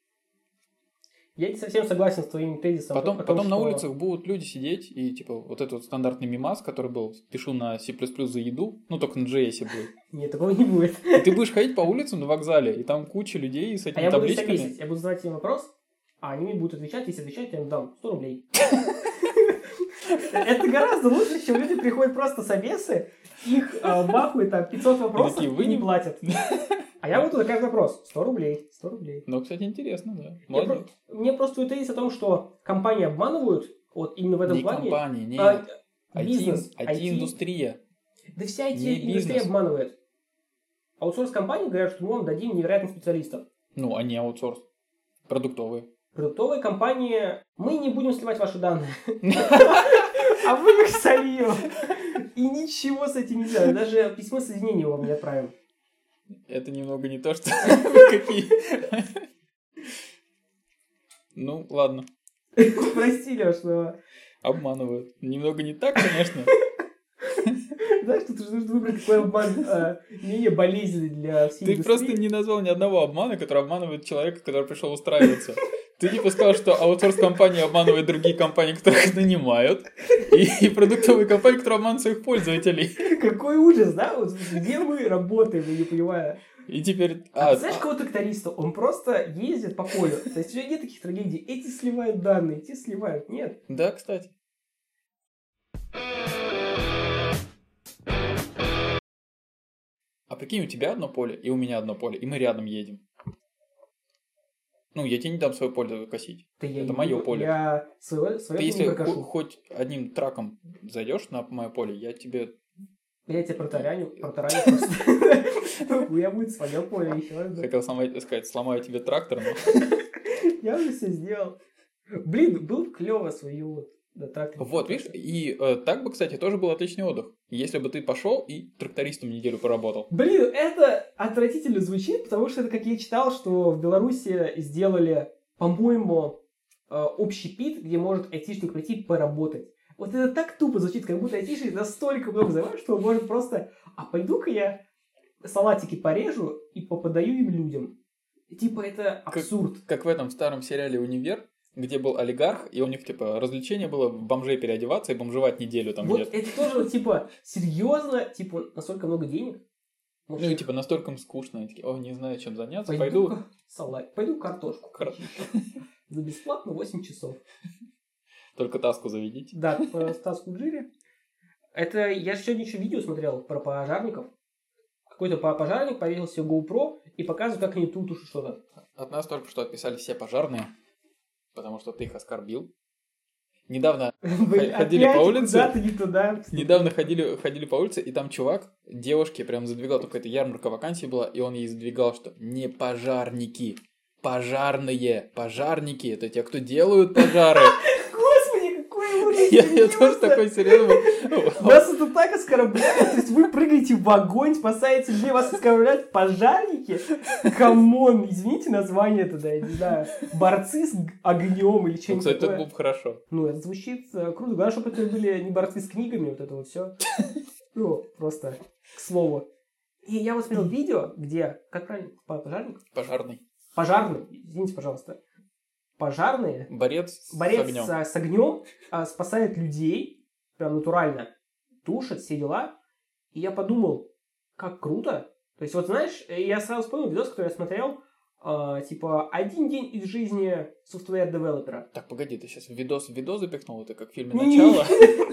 Я не совсем согласен с твоим тезисом.
Потом на улицах будут люди сидеть и вот этот стандартный мимас, который был, пишу на C++ за еду, только на JS будет.
Нет, такого не будет.
И ты будешь ходить по улицам на вокзале, и там куча людей с этими табличками.
Я буду задавать им вопрос, а они мне будут отвечать, если отвечать, я им дам 100 рублей. Это гораздо лучше, чем люди приходят просто собесы, их бахают там 500 вопросов
такие, вы
и не платят. А я буду за каждый вопрос 100 рублей, 100 рублей.
Ну, кстати, интересно, да.
Мне просто тезис о том, что компании обманывают, вот именно в этом плане.
Не компании, не.
Бизнес,
IT-индустрия.
Да вся IT-индустрия обманывает. Аутсорс-компании говорят, что мы вам дадим невероятных специалистов.
Ну, они аутсорс. Продуктовые.
Продуктовые компании, мы не будем сливать ваши данные. А вы их сольем. И ничего с этим не делаем. Даже письмо соединения вам не отправим.
Это немного не то, что какие. Ну, ладно.
Прости, Лёш, но...
Обманывают. Немного не так, конечно.
Знаешь, тут нужно выбрать какой обман менее болезненный для всей индустрии.
Ты просто не назвал ни одного обмана, который обманывает человека, который пришел устраиваться. Ты типа сказал, что аутсорс-компании обманывают другие компании, которых нанимают, и продуктовые компании, которые обманывают своих пользователей.
Какой ужас, да? Вот где мы работаем, я не понимаю.
И теперь...
ты знаешь кого тракториста? Он просто ездит по полю. То есть у него нет таких трагедий. Эти сливают данные, те сливают. Нет.
Да, кстати. А прикинь, у тебя одно поле, и у меня одно поле, и мы рядом едем. Ну, я тебе не дам свое поле косить. Это мое поле.
Я свое
ты если хоть одним траком зайдешь на мое поле, я тебе...
Я тебе протараню просто. У меня будет свое поле еще.
Хотел сказать, сломаю тебе трактор, но...
Я уже все сделал. Блин, было бы клево свою трактор.
Вот, видишь, и так бы, кстати, тоже был отличный отдых. Если бы ты пошел и трактористом неделю поработал.
Блин, это отвратительно звучит, потому что это, как я читал, что в Беларуси сделали, по-моему, общепит, где может айтишник прийти поработать. Вот это так тупо звучит, как будто айтишник настолько много занимает, что он может просто... А пойду-ка я салатики порежу и поподаю им людям. Типа это абсурд.
Как в этом старом сериале «Универ», где был олигарх, и у них, типа, развлечение было в бомжей переодеваться и бомжевать неделю там
вот
где-то.
Это тоже, типа, серьезно, типа, настолько много денег?
Может, и, типа, настолько им скучно. Они такие, не знаю, чем заняться,
пойду картошку. За бесплатно 8 часов.
Только таску заведите.
Да, таску в жире. Это, я же сегодня еще видео смотрел про пожарников. Какой-то пожарник повесил себе GoPro и показывает, как они тушат что-то.
От нас только что отписались все пожарные. Потому что ты их оскорбил. Недавно ходили по улице. Недавно ходили по улице, и там чувак девушке прям задвигал, только это ярмарка вакансий была, и он ей задвигал, что не пожарники, пожарные, пожарники, это те, кто делают пожары.
Господи, какой ужас!
Я тоже такой серьезный.
Вас это так оскорбляет? То есть вы прыгаете в огонь, спасаете людей, вас оскорбляют пожарники? Камон, извините название тогда, я не знаю, борцы с огнем или что-нибудь
такое. Кстати, это
такое.
было бы хорошо.
Ну, это звучит круто. Главное, чтобы это были не борцы с книгами, вот это вот все. Ну, просто к слову. И я вот смотрел видео, где, как правильно, пожарник? Пожарный, извините, пожалуйста. Пожарные.
Борец
с огнем спасает людей, прям натурально, тушит, все дела. И я подумал, как круто. То есть, вот знаешь, я сразу вспомнил видос, который я смотрел, типа, 1 день из жизни софтвер-девелопера.
Так, погоди, ты сейчас видос запихнул? Это как в фильме «Начало»?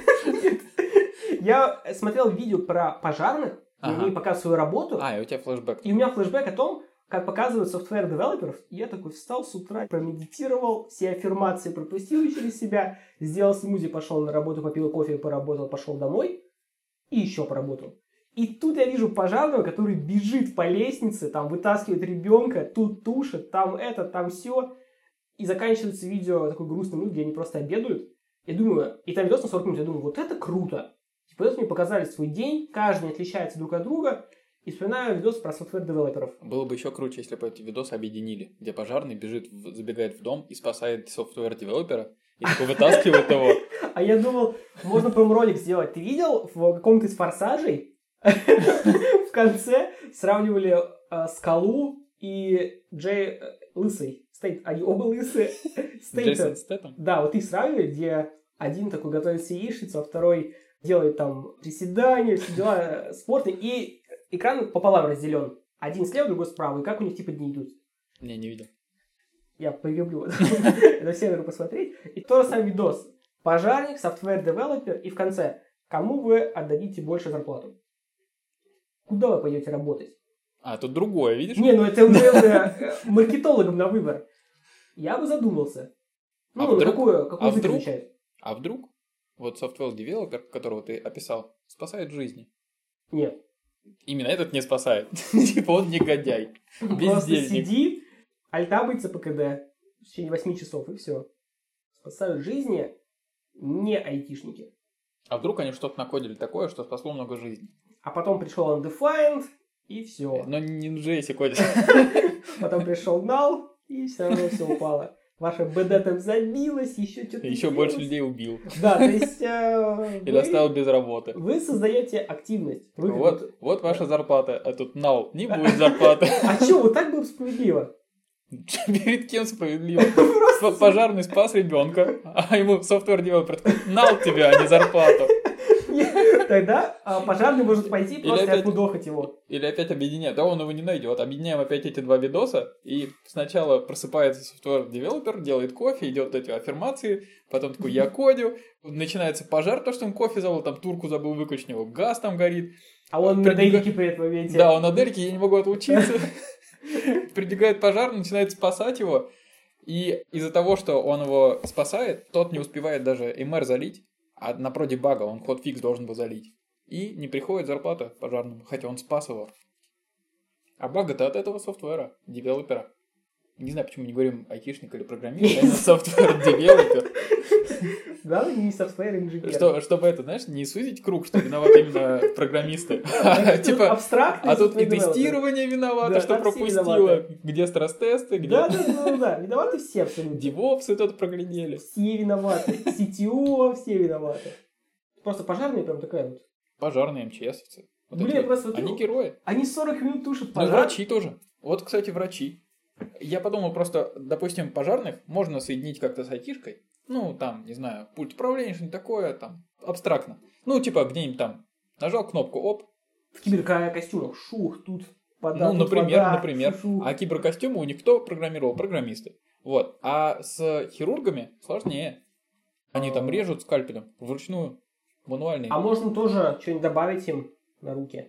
Я смотрел видео про пожарных, где они показывают свою работу.
И у тебя флешбэк.
И у меня флешбэк о том, как показывают софтвер-девелоперов. И я такой встал с утра, промедитировал, все аффирмации пропустил через себя, сделал смузи, пошел на работу, попил кофе, поработал, пошел домой и еще поработал. И тут я вижу пожарного, который бежит по лестнице, там вытаскивает ребенка, тут тушит, там это, там все. И заканчивается видео такой грустный, где они просто обедают. Я думаю, и там видос на 40 минут, я думаю, вот это круто. Типа, вот мне показали свой день, каждый отличается друг от друга. И вспоминаю видос про софтвер-девелоперов.
Было бы еще круче, если бы эти видосы объединили, где пожарный забегает в дом и спасает софтвер-девелопера, и такой вытаскивает его.
А я думал, можно промо-ролик сделать. Ты видел в каком-то из «Форсажей» в конце сравнивали Скалу и Джей Лысый. Они оба лысые.
Джейсон Стэттем?
Да, вот их сравнивали, где один такой готовит себе яичницу, а второй делает там приседания, все дела, спорт, и экран пополам разделен. Один слева, другой справа. И как у них типа дни идут?
Не видел.
Я полюблю это все надо посмотреть. И тот же самый видос. Пожарник, софтвер-девелопер, и в конце. Кому вы отдадите больше зарплату? куда вы пойдете работать?
А, тут другое, видишь?
Не, ну это уже маркетологам на выбор. Я бы задумался.
А
Ну,
вдруг?
какой язык изучает?
А вдруг вот software developer, которого ты описал, спасает жизни?
Нет.
Именно этот не спасает. Типа он негодяй.
Просто
Бездельник.
сидит, альтабается ПКД в течение 8 часов, и все. Спасают жизни не айтишники.
А вдруг они что-то накодили такое, что спасло много жизней?
А потом пришел Undefined, и все.
Но не в JS кодит.
Потом пришел Null, и все равно все упало. Ваша БД там забилась, еще что-то.
Еще больше людей убил.
Да, то есть...
Или оставил без работы.
Вы создаете активность.
Вот ваша зарплата, а тут null, не будет зарплаты.
А что, вот так было бы справедливо?
Перед кем справедливо? Пожарный спас ребенка, а ему software девелопер такой: null тебе, а не зарплату.
Тогда пожарный может пойти просто отмудохать его.
Или опять объединяем. Да он его не найдет. Объединяем опять эти два видоса. И сначала просыпается software девелопер, делает кофе, идет эти аффирмации. Потом такой: я кодю. Начинается пожар, то, что он кофе забыл, там турку забыл выключить, у него газ там горит.
А он на Дерике при этом моменте.
Да, он на Дерике, я не могу отлучиться. Прибегает пожар, начинает спасать его. И из-за того, что он его спасает, тот не успевает даже MR залить. А на проде бага он хотфикс должен был залить. И не приходит зарплата пожарному, хотя он спас его. А бага-то от этого софтвера, девелопера. Не знаю, почему не говорим айтишник или программист, а именно софтвер-девелопер.
Главное, не софтвер-инженер.
Чтобы это, знаешь, не сузить круг, что виноваты именно программисты. Типа, а тут и тестирование виновато, что пропустило. Где стресс-тесты, где...
Да, виноваты все абсолютно.
Девопсы тут проглядели.
Все виноваты. CTO, все виноваты. Просто пожарные прям такая вот.
Пожарные, МЧСовцы.
Блин, просто...
Они герои.
Они 40 минут тушат
пожар.
Ну,
врачи тоже. Вот, кстати, врачи. Я подумал просто, допустим, пожарных можно соединить как-то с айтишкой. Ну, там, не знаю, пульт управления, что-нибудь такое, там, абстрактно. Ну, типа, где-нибудь там нажал кнопку, оп.
В киберкостюмах, шух, тут вода,
ну,
тут
например.
Шух.
А киберкостюмы у них кто программировал? Программисты. Вот. А с хирургами сложнее. Они там режут скальпелем вручную, мануально.
А можно тоже что-нибудь добавить им на руки?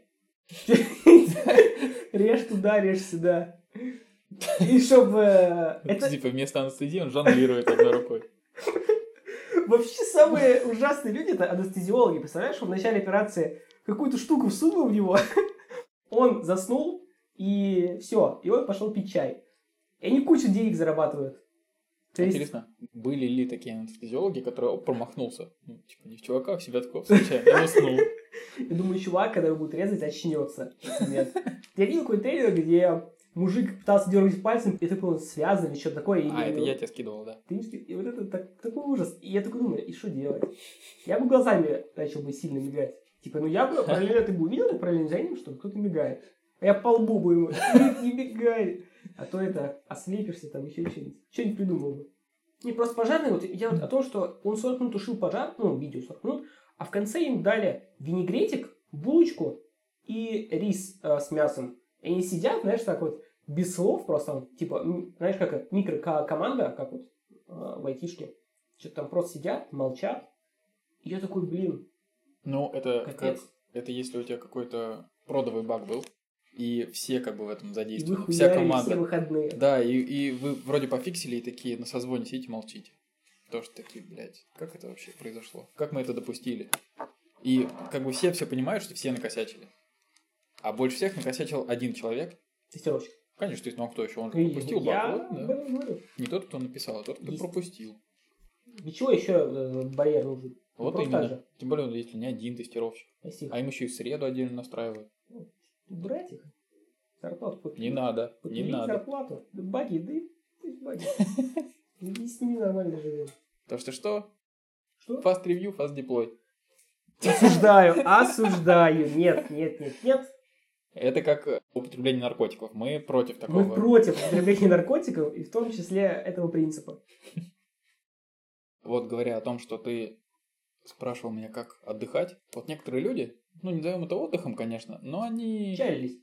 Режь туда, режь сюда. И чтобы...
Типа вместо анестезии он жонглирует одной рукой.
Вообще самые ужасные люди — это анестезиологи. Представляешь, он в начале операции какую-то штуку всунул в него, он заснул, и все, и он пошел пить чай. И они кучу денег зарабатывают.
Интересно, были ли такие анестезиологи, которые промахнулся? Ну, типа, не в чувака, а в себя такого случайно уснул.
Я думаю, чувак, когда его будут резать, очнется. Нет. Я видел какой-то трейлер, где мужик пытался дергать пальцем, и такой он связан, или что-то такое.
Это я тебе скидывал, да.
И вот это такой ужас. И я такой думаю, и что делать? Я бы глазами начал бы сильно мигать. Типа, ну я бы параллельно, ты бы увидел параллельно за ним, что кто-то мигает. А я по лбу бы ему, не мигай. А то это, ослепишься там, еще что-нибудь. Что-нибудь придумал бы. Не, просто пожарный, вот я вот о том, что он 40 минут тушил пожар, ну, видео 40 минут, а в конце им дали винегретик, булочку и рис с мясом. И они сидят, знаешь, так вот, без слов просто, типа, знаешь, как микрокоманда, как вот в айтишке. Что-то там просто сидят, молчат. И я такой, блин.
Ну, это как, это если у тебя какой-то продовый баг был, и все как бы в этом задействованы, вся команда.
Все выходные.
Да, и вы вроде пофиксили, и такие на созвоне сидите, молчите. Потому что такие, блядь, как это вообще произошло? Как мы это допустили? И как бы все понимают, что все накосячили. А больше всех накосячил один человек.
Тестировщик.
Конечно, ну а кто еще? Он пропустил баг.
Да.
Не тот, кто написал, а тот, кто пропустил.
Для чего еще барьер нужен?
Вот именно. Тем более, если не один тестировщик.
Спасибо.
А им еще и в среду отдельно настраивают.
Брать их. Зарплату попили.
Не надо.
Не надо. Зарплату. Да баги, да и баги. И с ними нормально живем.
То что?
Что?
Fast review, fast deploy.
Осуждаю. Нет.
Это как употребление наркотиков. Мы против такого.
Мы против употребления наркотиков, и в том числе этого принципа.
Вот говоря о том, что ты спрашивал меня, как отдыхать. Вот некоторые люди, ну не назовем это отдыхом, конечно, но они...
Чалились.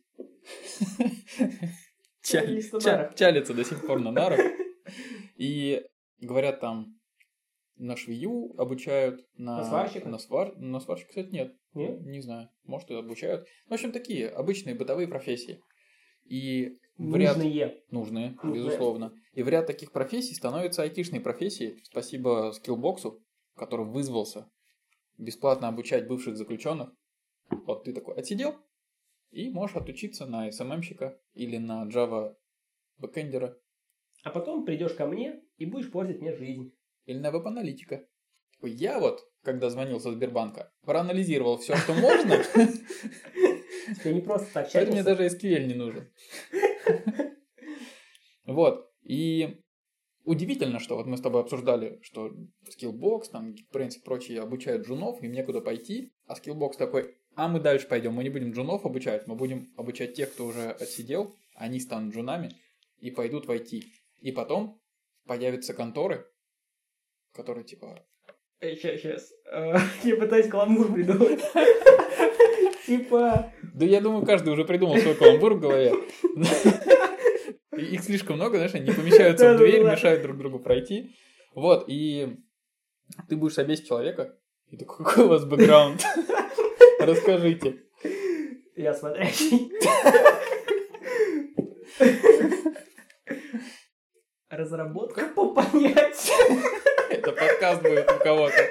Чалятся до сих пор на нарах. И говорят там, на швею обучают,
На сварщика?
На сварщика, кстати, нет.
Нет?
Не знаю. Может, и обучают. В общем, такие обычные бытовые профессии. И
Нужные.
Нужные, безусловно. И в ряд таких профессий становятся айтишные профессии. Спасибо Skillbox, который вызвался бесплатно обучать бывших заключенных. Вот ты такой отсидел и можешь отучиться на SMM-щика или на Java бэкэндера.
А потом придешь ко мне и будешь портить мне жизнь.
Или на веб-аналитика. Я вот, когда звонил со Сбербанка, проанализировал все, что можно.
Тебе не просто так.
Поэтому мне даже SQL не нужен. Вот. И удивительно, что вот мы с тобой обсуждали, что Skillbox, там, Geekbrains и прочие обучают джунов, им некуда пойти. А Skillbox такой, а мы дальше пойдем, мы не будем джунов обучать, мы будем обучать тех, кто уже отсидел, они станут джунами и пойдут в IT. И потом появятся конторы, которые типа...
Сейчас. Я пытаюсь каламбур придумать. Типа...
Да я думаю, каждый уже придумал свой каламбур в голове. Их слишком много, знаешь, они не помещаются в дверь, мешают друг другу пройти. Вот, и ты будешь собеседовать человека, и такой, какой у вас бэкграунд? Расскажите.
Я смотрящий. Разработка по понятию.
Это подкаст будет у кого-то.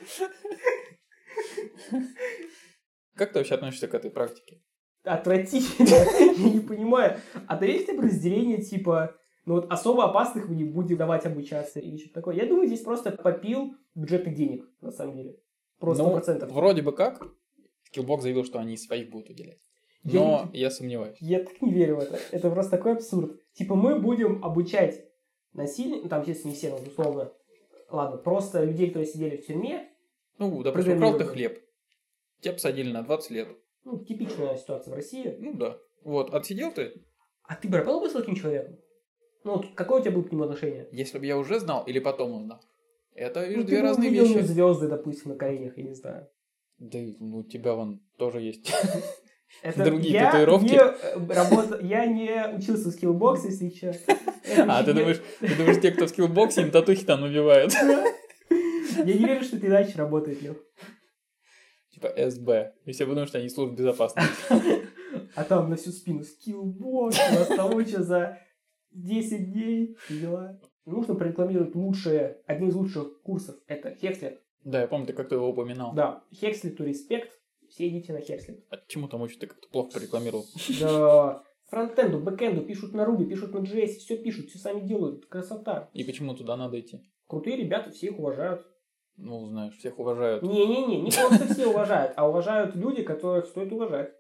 Как ты вообще относишься к этой практике?
Отвратительно. Я не понимаю. А то есть разделение типа, ну вот особо опасных мы не будем давать обучаться или что-то такое. Я думаю, здесь просто попил бюджетных денег, на самом деле. Просто 100%.
Ну, вроде бы как. Skillbox заявил, что они своих будут уделять. Но я сомневаюсь.
Я так не верю в это. Это просто такой абсурд. Типа мы будем обучать насильно, там, естественно, не все, но условно, ладно, просто людей, которые сидели в тюрьме.
Ну, допустим, украл ты хлеб. Тебя посадили на 20 лет.
Ну, типичная ситуация в России.
Ну да. Вот, отсидел ты.
А ты бы работал бы с таким человеком? Ну, вот какое у тебя было к нему отношение?
Если бы я уже знал или потом узнал. Это, видишь,
ну,
две разные
вещи.
вещи.
Звезды, допустим, на коленях, я не знаю.
Да, ну, у тебя вон тоже есть
это
другие татуировки.
Я не учился в Skillbox, если что.
А, ты думаешь, те, кто в Skillbox, им татухи там убивают?
Я не верю, что это иначе работает, Лёх.
Типа СБ. И все подумают, что они служат безопасности.
А там на всю спину Skillbox, у нас того, что за 10 дней дела. Нужно прорекламировать один из лучших курсов. Это Hexlet.
Да, я помню, ты как-то его упоминал.
Да, Hexlet to Respect. Все идите на Hexlet.
А чему там учат? Ты как-то плохо порекламировал.
Да, фронтенду, бэкенду, пишут на Ruby, пишут на JS, все пишут, все сами делают. Красота.
И почему туда надо идти?
Крутые ребята, все их уважают.
Ну, знаешь, всех уважают.
Не просто все уважают, а уважают люди, которых стоит уважать.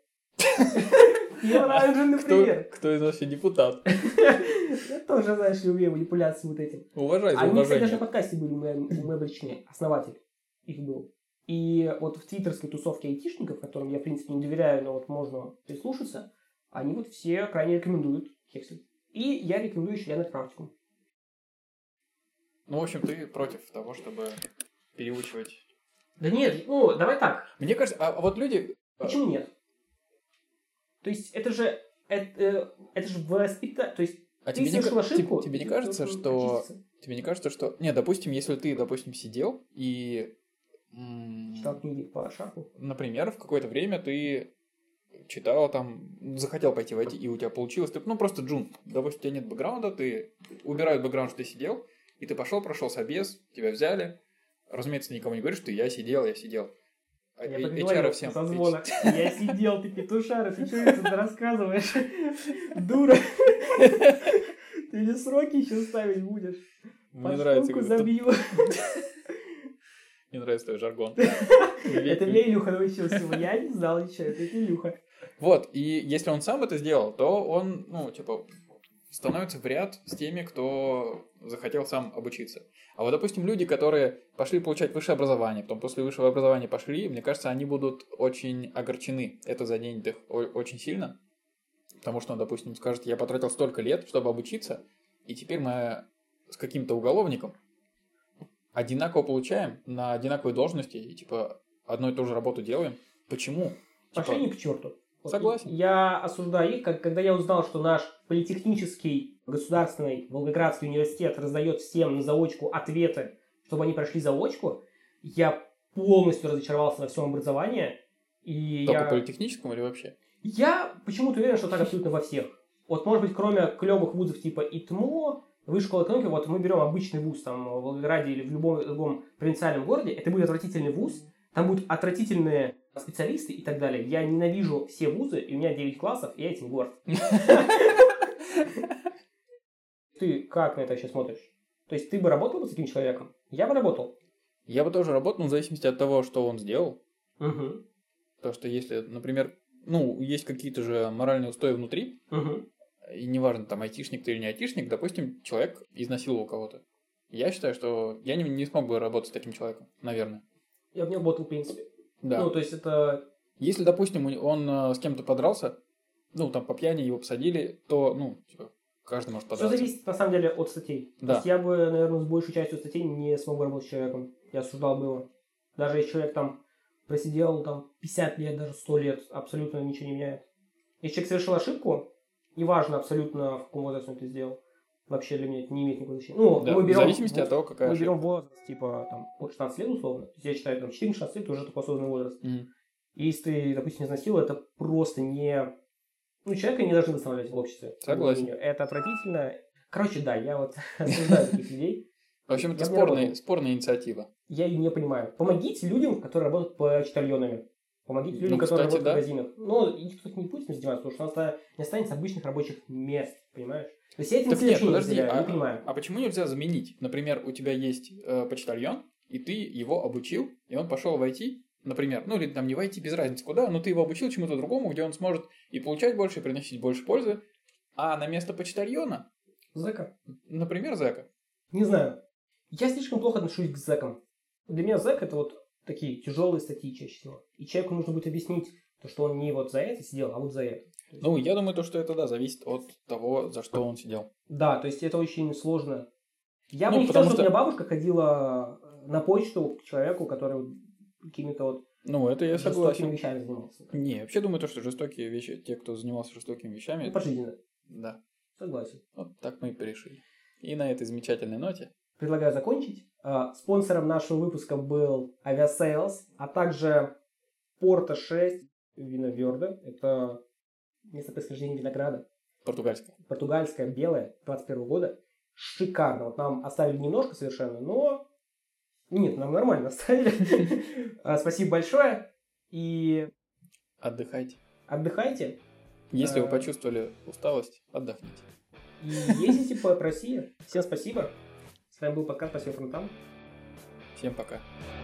Я раньше, например.
Кто из нас вообще депутат?
Я тоже, знаешь, не умею манипуляции вот этим.
Уважай за
Они, кстати,
уважение.
даже на подкасте были у Мэбрични, основатель их был. И вот в твиттерской тусовке айтишников, которым я, в принципе, не доверяю, но вот можно прислушаться, они вот все крайне рекомендуют Hexlet. И я рекомендую еще на практику.
Ну, в общем, ты против того, чтобы переучивать.
Да нет, ну, давай так.
Мне кажется, а вот люди...
Почему нет? То есть, это же воспитание, то есть,
А
ты совершил ошибку.
тебе не кажется, что... Тебе не кажется, что... Не, допустим, если ты, сидел и...
Читал книги по шаху.
Например, в какое-то время ты читал там, захотел пойти в IT, и у тебя получилось, ты, ну, просто джун. Допустим, у тебя нет бэкграунда, ты убирают бэкграунд, что ты сидел, и ты прошел собес, тебя взяли. Разумеется, никому не говоришь, что я сидел.
Я поговорил
всем.
Созвонок. Я сидел, ты петушара, ты что это рассказываешь? Дура. Ты мне сроки еще ставить будешь.
Мне нравится.
Забью.
Мне нравится твой жаргон.
Это мне Илюха научил всего. Я не знал ничего, это Илюха.
Вот, и если он сам это сделал, то он, становится в ряд с теми, кто захотел сам обучиться. А вот, допустим, люди, которые пошли получать высшее образование, потом после высшего образования пошли, мне кажется, они будут очень огорчены. Это заденет их очень сильно. Потому что он, допустим, скажет, я потратил столько лет, чтобы обучиться, и теперь мы с каким-то уголовником одинаково получаем на одинаковой должности и, одну и ту же работу делаем. Почему?
Пошли не к черту.
Согласен.
Я осуждаю их, когда я узнал, что наш политехнический государственный Волгоградский университет раздает всем на заочку ответы чтобы они прошли заочку, я полностью разочаровался во всем образовании. И
Только политехническом или вообще?
Я почему-то уверен, что так абсолютно во всех. Вот, может быть, кроме клевых вузов типа ИТМО, Высшая школа экономики, вот мы берем обычный вуз там, в Волгограде или в любом другом провинциальном городе, это будет отвратительный вуз, там будут отвратительные специалисты и так далее. Я ненавижу все вузы, и у меня 9 классов, и я этим горд. Ты как на это вообще смотришь? То есть ты бы работал бы с таким человеком? Я бы работал.
Я бы тоже работал, но в зависимости от того, что он сделал.
Угу.
Потому что если, например, есть какие-то же моральные устои внутри, и неважно, там, айтишник ты или не айтишник, допустим, человек изнасиловал кого-то. Я считаю, что я не смог бы работать с таким человеком, наверное.
Я бы не работал, в принципе.
Да.
То есть это...
Если, допустим, он с кем-то подрался, там по пьяни его посадили, то, каждый может подраться.
Все зависит, на самом деле, от статей.
Да.
То есть я бы, наверное, с большей частью статей не смог бы работать с человеком. Я осуждал бы его. Даже если человек там просидел 50 лет, даже 100 лет, абсолютно ничего не меняет. Если человек совершил ошибку, неважно абсолютно, в каком возрасте он это сделал, вообще для меня это не имеет никакого значения.
Да, в зависимости от того, какая ошибка.
Мы берем возраст, от 16 лет условно. То есть я считаю, 14-16 лет уже такой осознанный возраст. И если ты, допустим, изнасиловал, это просто не... человека не должны восстанавливать в обществе.
Согласен.
Это отвратительно. Короче, да, я вот осуждаю таких людей.
В общем, это спорная инициатива.
Я ее не понимаю. Помогите людям, которые работают почтальонами. Помогите людям, которые работают в магазинах. Но никто не будет этим заниматься, потому что у нас не останется обычных рабочих мест, понимаешь? То есть я этим не понимаю.
А почему нельзя заменить? Например, у тебя есть почтальон, и ты его обучил, и он пошел в IT, например, или там не в IT, без разницы куда, но ты его обучил чему-то другому, где он сможет и получать больше, и приносить больше пользы, а на место почтальона...
Зэка.
Например, зэка.
Не знаю. Я слишком плохо отношусь к зэкам. Для меня зэк это вот такие тяжелые статьи чаще всего. И человеку нужно будет объяснить, что он не вот за это сидел, а вот за это.
Я думаю, что это, зависит от того, за что он сидел.
Да, то есть это очень сложно. Я бы не хотел, чтобы у меня бабушка ходила на почту к человеку, который какими-то
это я согласен.
жестокими вещами занимался.
Не, я вообще думаю, что жестокие вещи, те, кто занимался жестокими вещами...
Пожизненно.
Да.
Согласен.
Вот так мы и порешили. И на этой замечательной ноте...
Предлагаю закончить. Спонсором нашего выпуска был Aviasales, а также Порто 6 виноверда. Это место происхождения винограда. Португальское, белое, 21 года. Шикарно. Вот нам оставили немножко совершенно, но... Нет, нам нормально оставили. Спасибо большое. И... Отдыхайте.
Если вы почувствовали усталость, отдохните.
И ездите по России. Всем спасибо. С вами был подкаст «По фронтам».
Всем пока.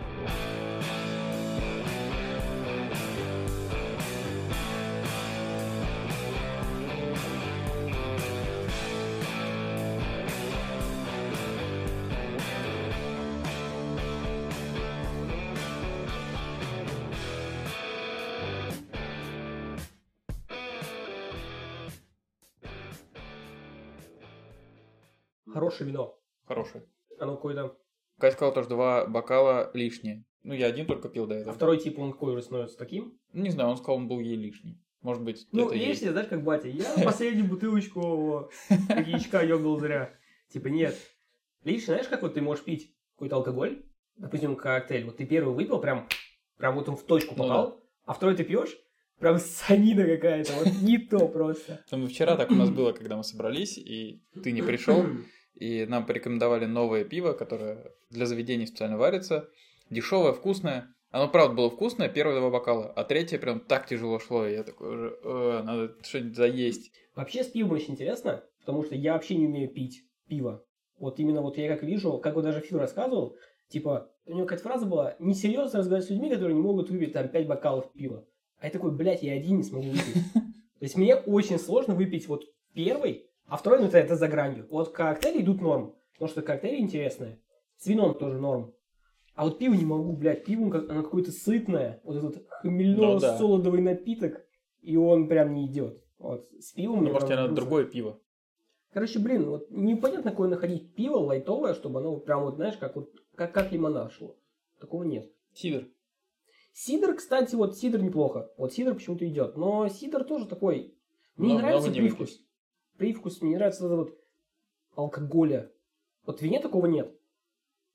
Хорошее вино.
Хорошее.
Оно какое-то...
Кать сказал, что 2 бокала лишние. Я один только пил до этого.
А второй тип, он какой уже становится таким?
Не знаю, он сказал, он был ей лишний. Может быть, это
лишний, знаешь, как батя. Я последнюю бутылочку коньячка ёбнул зря. Нет. Лишний, знаешь, как ты можешь пить какой-то алкоголь? Допустим, коктейль. Вот ты первый выпил, прям вот он в точку попал, а второй ты пьешь, прям санина какая-то. Вот не то просто.
Вчера так у нас было, когда мы собрались, и ты не пришел. И нам порекомендовали новое пиво, которое для заведений специально варится. Дешевое, вкусное. Оно, правда, было вкусное, первые 2 бокала. А третье прям так тяжело шло. И я такой уже, надо что-нибудь заесть.
Вообще с пивом очень интересно, потому что я вообще не умею пить пиво. Вот именно я как вижу, как даже Фил рассказывал, у него какая-то фраза была, несерьезно разговаривать с людьми, которые не могут выпить 5 бокалов пива. А я такой, я один не смогу выпить. То есть мне очень сложно выпить первый, а второй, это за гранью. Коктейли идут норм, потому что коктейли интересные. С вином тоже норм. А пиво не могу, пиво, оно какое-то сытное. Этот хмельно-солодовый напиток, и он прям не идет. С пивом...
может, тебе надо другое пиво.
Короче, непонятно, какое находить пиво лайтовое, чтобы оно прям, знаешь, как лимонад шло. Такого нет. Сидр, кстати, сидр неплохо. Сидр почему-то идет. Но сидр тоже такой... Мне не нравится привкус. Мне не нравится алкоголя. В вине такого нет.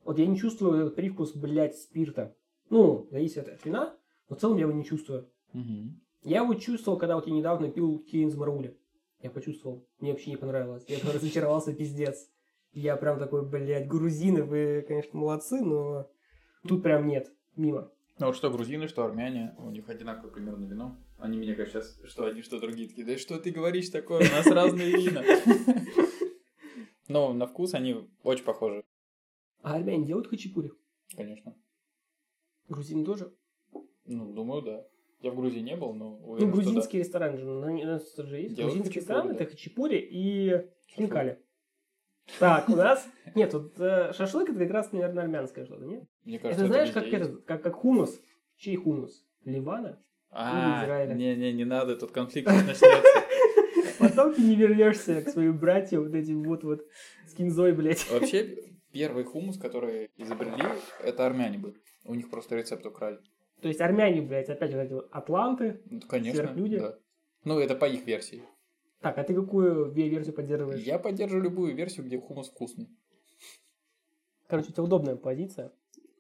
Вот я не чувствую этот привкус, блядь, спирта. Ну, зависит от вина, но в целом я его не чувствую.
Угу.
Я его чувствовал, когда вот я недавно пил Кейнс Марули. Я почувствовал. Мне вообще не понравилось. Я разочаровался, пиздец. Я прям такой, блядь, грузины, вы, конечно, молодцы, но тут прям нет. Мимо.
Ну вот что грузины, что армяне, у них одинаковое примерно вино. Они меня, конечно, сейчас, что одни, что другие такие, да что ты говоришь такое, у нас разные вина. Но на вкус они очень похожи.
А армяне делают хачапури?
Конечно.
Грузины тоже?
Ну, думаю, да. Я в Грузии не был, но
Ну,
уверен, что да.
грузинский ресторан же, у нас тоже есть.
Делают
Грузинский
хачапури,
ресторан
да.
это хачапури и хинкали. Так, у нас... Нет, тут шашлык это как раз, наверное, армянское что-то, нет?
Мне кажется,
Это знаешь,
везде
как,
есть.
это, как хумус. Чей хумус? Ливана? Израиля.
Не надо, тут конфликт начнется.
Потом ты не вернешься к своим братьям, вот этим вот с кинзой, блядь.
Вообще, первый хумус, который изобрели, это армяне были. У них просто рецепт украли.
То есть армяне, блядь, опять вот эти вот атланты,
Ну, конечно,
сверхлюди.
да. Ну, это по их версии.
Так, а ты какую версию поддерживаешь?
Я поддерживаю любую версию, где хумус вкусный.
Короче, у тебя удобная позиция.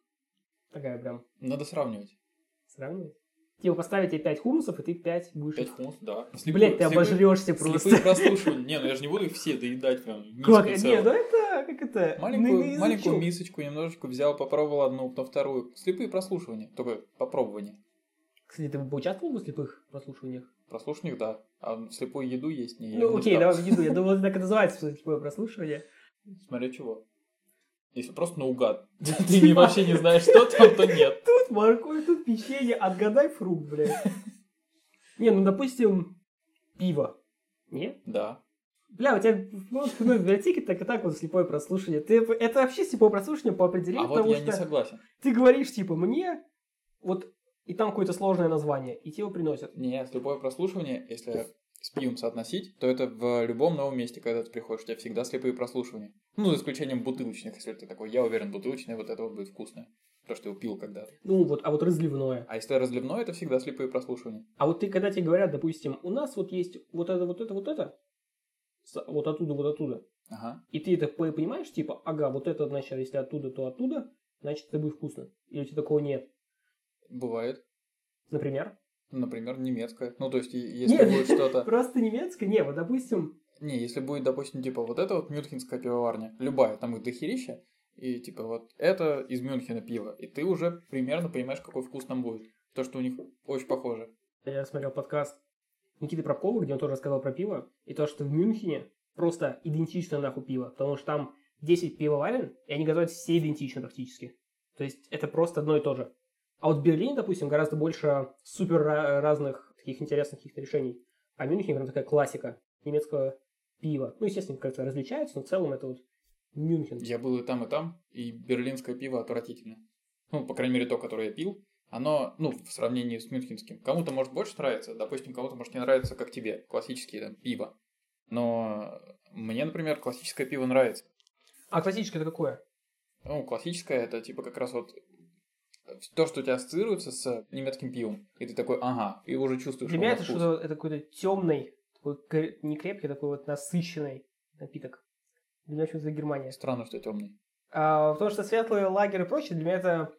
Такая прям
Надо сравнивать.
сравнивать. Типа поставить тебе 5 хумусов, и ты 5 будешь...
5 хумус, да.
Блядь, ты обожрешься просто.
Слепые прослушивания. Не, ну я же не буду их все доедать прям.
Как?
миску
Не,
целую.
ну это, как это...
Маленькую мисочку немножечко взял, попробовал одну, потом вторую. Слепые прослушивания, только попробование.
Кстати, ты бы участвовал в слепых прослушиваниях?
Прослушиваниях, да. А слепую еду есть не.
Ну окей, давай в еду. Я думал, это так и называется, слепое прослушивание.
Смотря чего. Если просто наугад, ты вообще не знаешь, что там, то нет.
Тут морковь, тут печенье, отгадай фрукт, блядь. Не, ну допустим, пиво. Не?
Да.
Бля, у тебя в библиотеке так и так вот слепое прослушивание. Это вообще слепое прослушивание по определению,
А вот
потому
я не
что
согласен.
ты говоришь, типа, мне, вот, и там какое-то сложное название, и тебе его приносят.
Не, слепое прослушивание, если с пивом соотносить, то это в любом новом месте, когда ты приходишь, у тебя всегда слепые прослушивания. Ну, за исключением бутылочных, если ты такой, я уверен, бутылочное, вот это вот будет вкусное. То, что ты пил когда-то.
Ну вот, а вот разливное.
А если разливное, это всегда слепые прослушивания.
А вот ты, когда тебе говорят, допустим, у нас вот есть вот это, вот оттуда, вот оттуда.
Ага.
И ты это понимаешь, типа, ага, вот это, значит, если оттуда, то оттуда, значит, это будет вкусно. Или у тебя такого нет?
Бывает.
Например?
Например, немецкое. Ну, то есть, если
Нет,
будет что-то...
просто немецкое? Не, вот, допустим...
Не, если будет, допустим, типа, вот это вот мюнхенская пивоварня, любая, там их дохерища, и типа вот это из Мюнхена пиво, и ты уже примерно понимаешь, какой вкус там будет. То, что у них очень похоже.
Я смотрел подкаст Никиты Пробкова, где он тоже рассказал про пиво, и то, что в Мюнхене просто идентично нахуй пиво, потому что там 10 пивоварен, и они готовят все идентично практически. То есть это просто одно и то же. А вот в Берлине, допустим, гораздо больше супер разных таких интересных каких-то решений. А в Мюнхене прям такая классика немецкого пива. Ну, естественно, как-то различаются, но в целом это вот Мюнхен.
Я был и там, и берлинское пиво отвратительно. Ну, по крайней мере, то, которое я пил, оно, ну, в сравнении с мюнхенским, кому-то может больше нравиться, допустим, кому-то может не нравиться, как тебе, классические там пиво. Но мне, например, классическое пиво нравится.
А классическое это какое?
Ну, классическое это типа как раз вот то, что у тебя ассоциируется с немецким пивом. И ты такой, ага, и уже чувствуешь
Для меня
его
это
вкус.
что-то, это какой-то темный, такой не крепкий, такой вот насыщенный напиток. Для меня что-то Германия.
Странно, что темный.
Потому что светлый лагерь и прочее, для меня это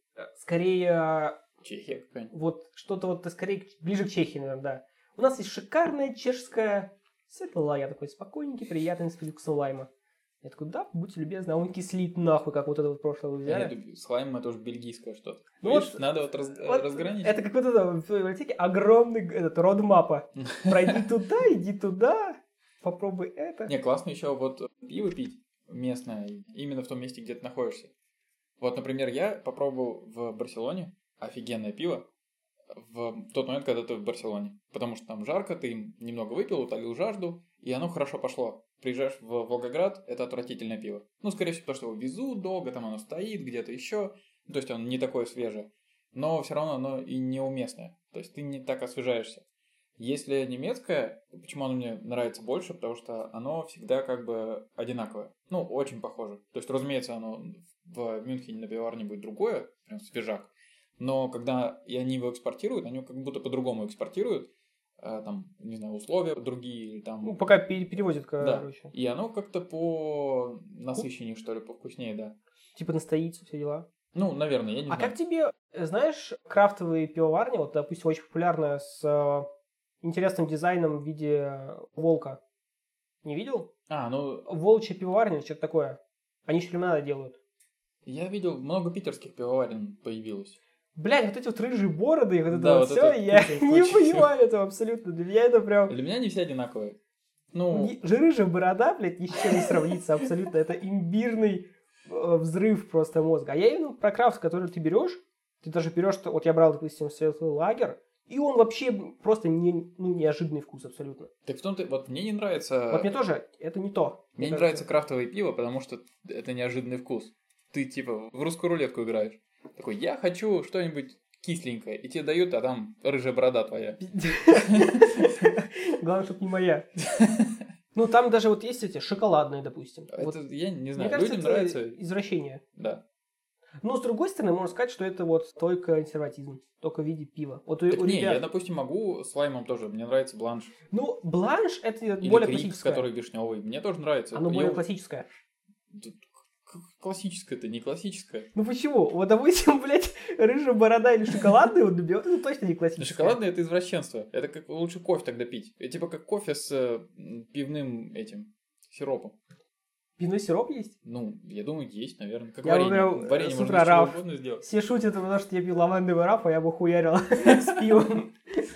скорее
Чехия какая-нибудь.
вот что-то вот скорее ближе к Чехии, наверное, да. У нас есть шикарная чешская светлый лагерь, такой спокойненький, приятный, с привкусом лайма. Я такой, да, будьте любезны, а он кислит нахуй, как вот это вот прошлое вы взяли.
С лаймом это уже бельгийское что-то.
Ну
Видишь,
вот,
надо вот разграничить.
Это как вот это в библиотеке огромный этот родмапа. Пройди туда, иди туда, попробуй это.
Не, классно еще вот пиво пить местное, именно в том месте, где ты находишься. Вот, например, я попробовал в Барселоне офигенное пиво в тот момент, когда ты в Барселоне. Потому что там жарко, ты им немного выпил, утолил жажду, и оно хорошо пошло. Приезжаешь в Волгоград, это отвратительное пиво. Ну, скорее всего, потому что его везут долго, там оно стоит где-то еще. То есть, оно не такое свежее. Но все равно оно и неуместное. То есть, ты не так освежаешься. Если немецкое, почему оно мне нравится больше? Потому что оно всегда как бы одинаковое. Ну, очень похоже. То есть, разумеется, оно в Мюнхене на пивоварне будет другое, прям свежак. Но когда и они его экспортируют, они его как будто по-другому экспортируют. Там, не знаю, условия другие. Или там...
Ну, пока перевозят,
Да.
короче.
И оно как-то по насыщеннее, что ли, повкуснее, да.
Типа настоится, все дела.
Ну, наверное, я не знаю.
А как тебе, знаешь, крафтовые пивоварни, вот, допустим, очень популярная с интересным дизайном в виде волка. Не видел?
Ну...
Волчья пивоварня, что-то такое. Они еще лимонады делают.
Я видел, много питерских пивоварен появилось.
Блядь, вот эти вот рыжие бороды, вот это
Да,
вот
вот
все,
это
я
куча,
не
куча
понимаю этого абсолютно. Для меня это прям...
Для меня они все одинаковые. Ну,
Рыжая борода, блядь, ни с чем не сравнится абсолютно. Это имбирный взрыв просто мозга. А я именно про крафт, который ты берешь, ты даже берешь, вот я брал, допустим, светлый лагер, и он вообще просто неожиданный вкус абсолютно.
так в том-то, вот мне не нравится...
Вот мне тоже, это не то.
Мне не нравится крафтовое пиво, потому что это неожиданный вкус. Ты типа в русскую рулетку играешь. Такой, я хочу что-нибудь кисленькое, и тебе дают, а там рыжая борода твоя.
Главное, чтобы не моя. Ну, там даже вот есть эти шоколадные, допустим.
Это, я не знаю,
мне кажется,
людям
это
нравится...
извращение.
Да.
Но, с другой стороны, можно сказать, что это вот только консерватизм, только в виде пива. Вот
Так
у
не,
ребят...
я, допустим, могу с лаймом тоже, мне нравится бланш.
Ну, бланш это
Или
более
крик,
классическое.
который вишневый, мне тоже нравится.
Оно более классическое.
Классическое-то, не классическое.
Ну почему? Вот, допустим, блядь, рыжая борода или шоколадный, вот, ну точно не
Но
классическое.
шоколадное это извращенство. Это как лучше кофе тогда пить. Это типа как кофе с пивным этим сиропом.
Пивной сироп есть?
Ну, я думаю, есть, наверное. Как
Я
варенье.
прям
Варенье
с
можно
утра
из чего
Раф.
угодно сделать.
Все шутят, потому что я пил лавандовый раф, а я бы хуярил с пивом.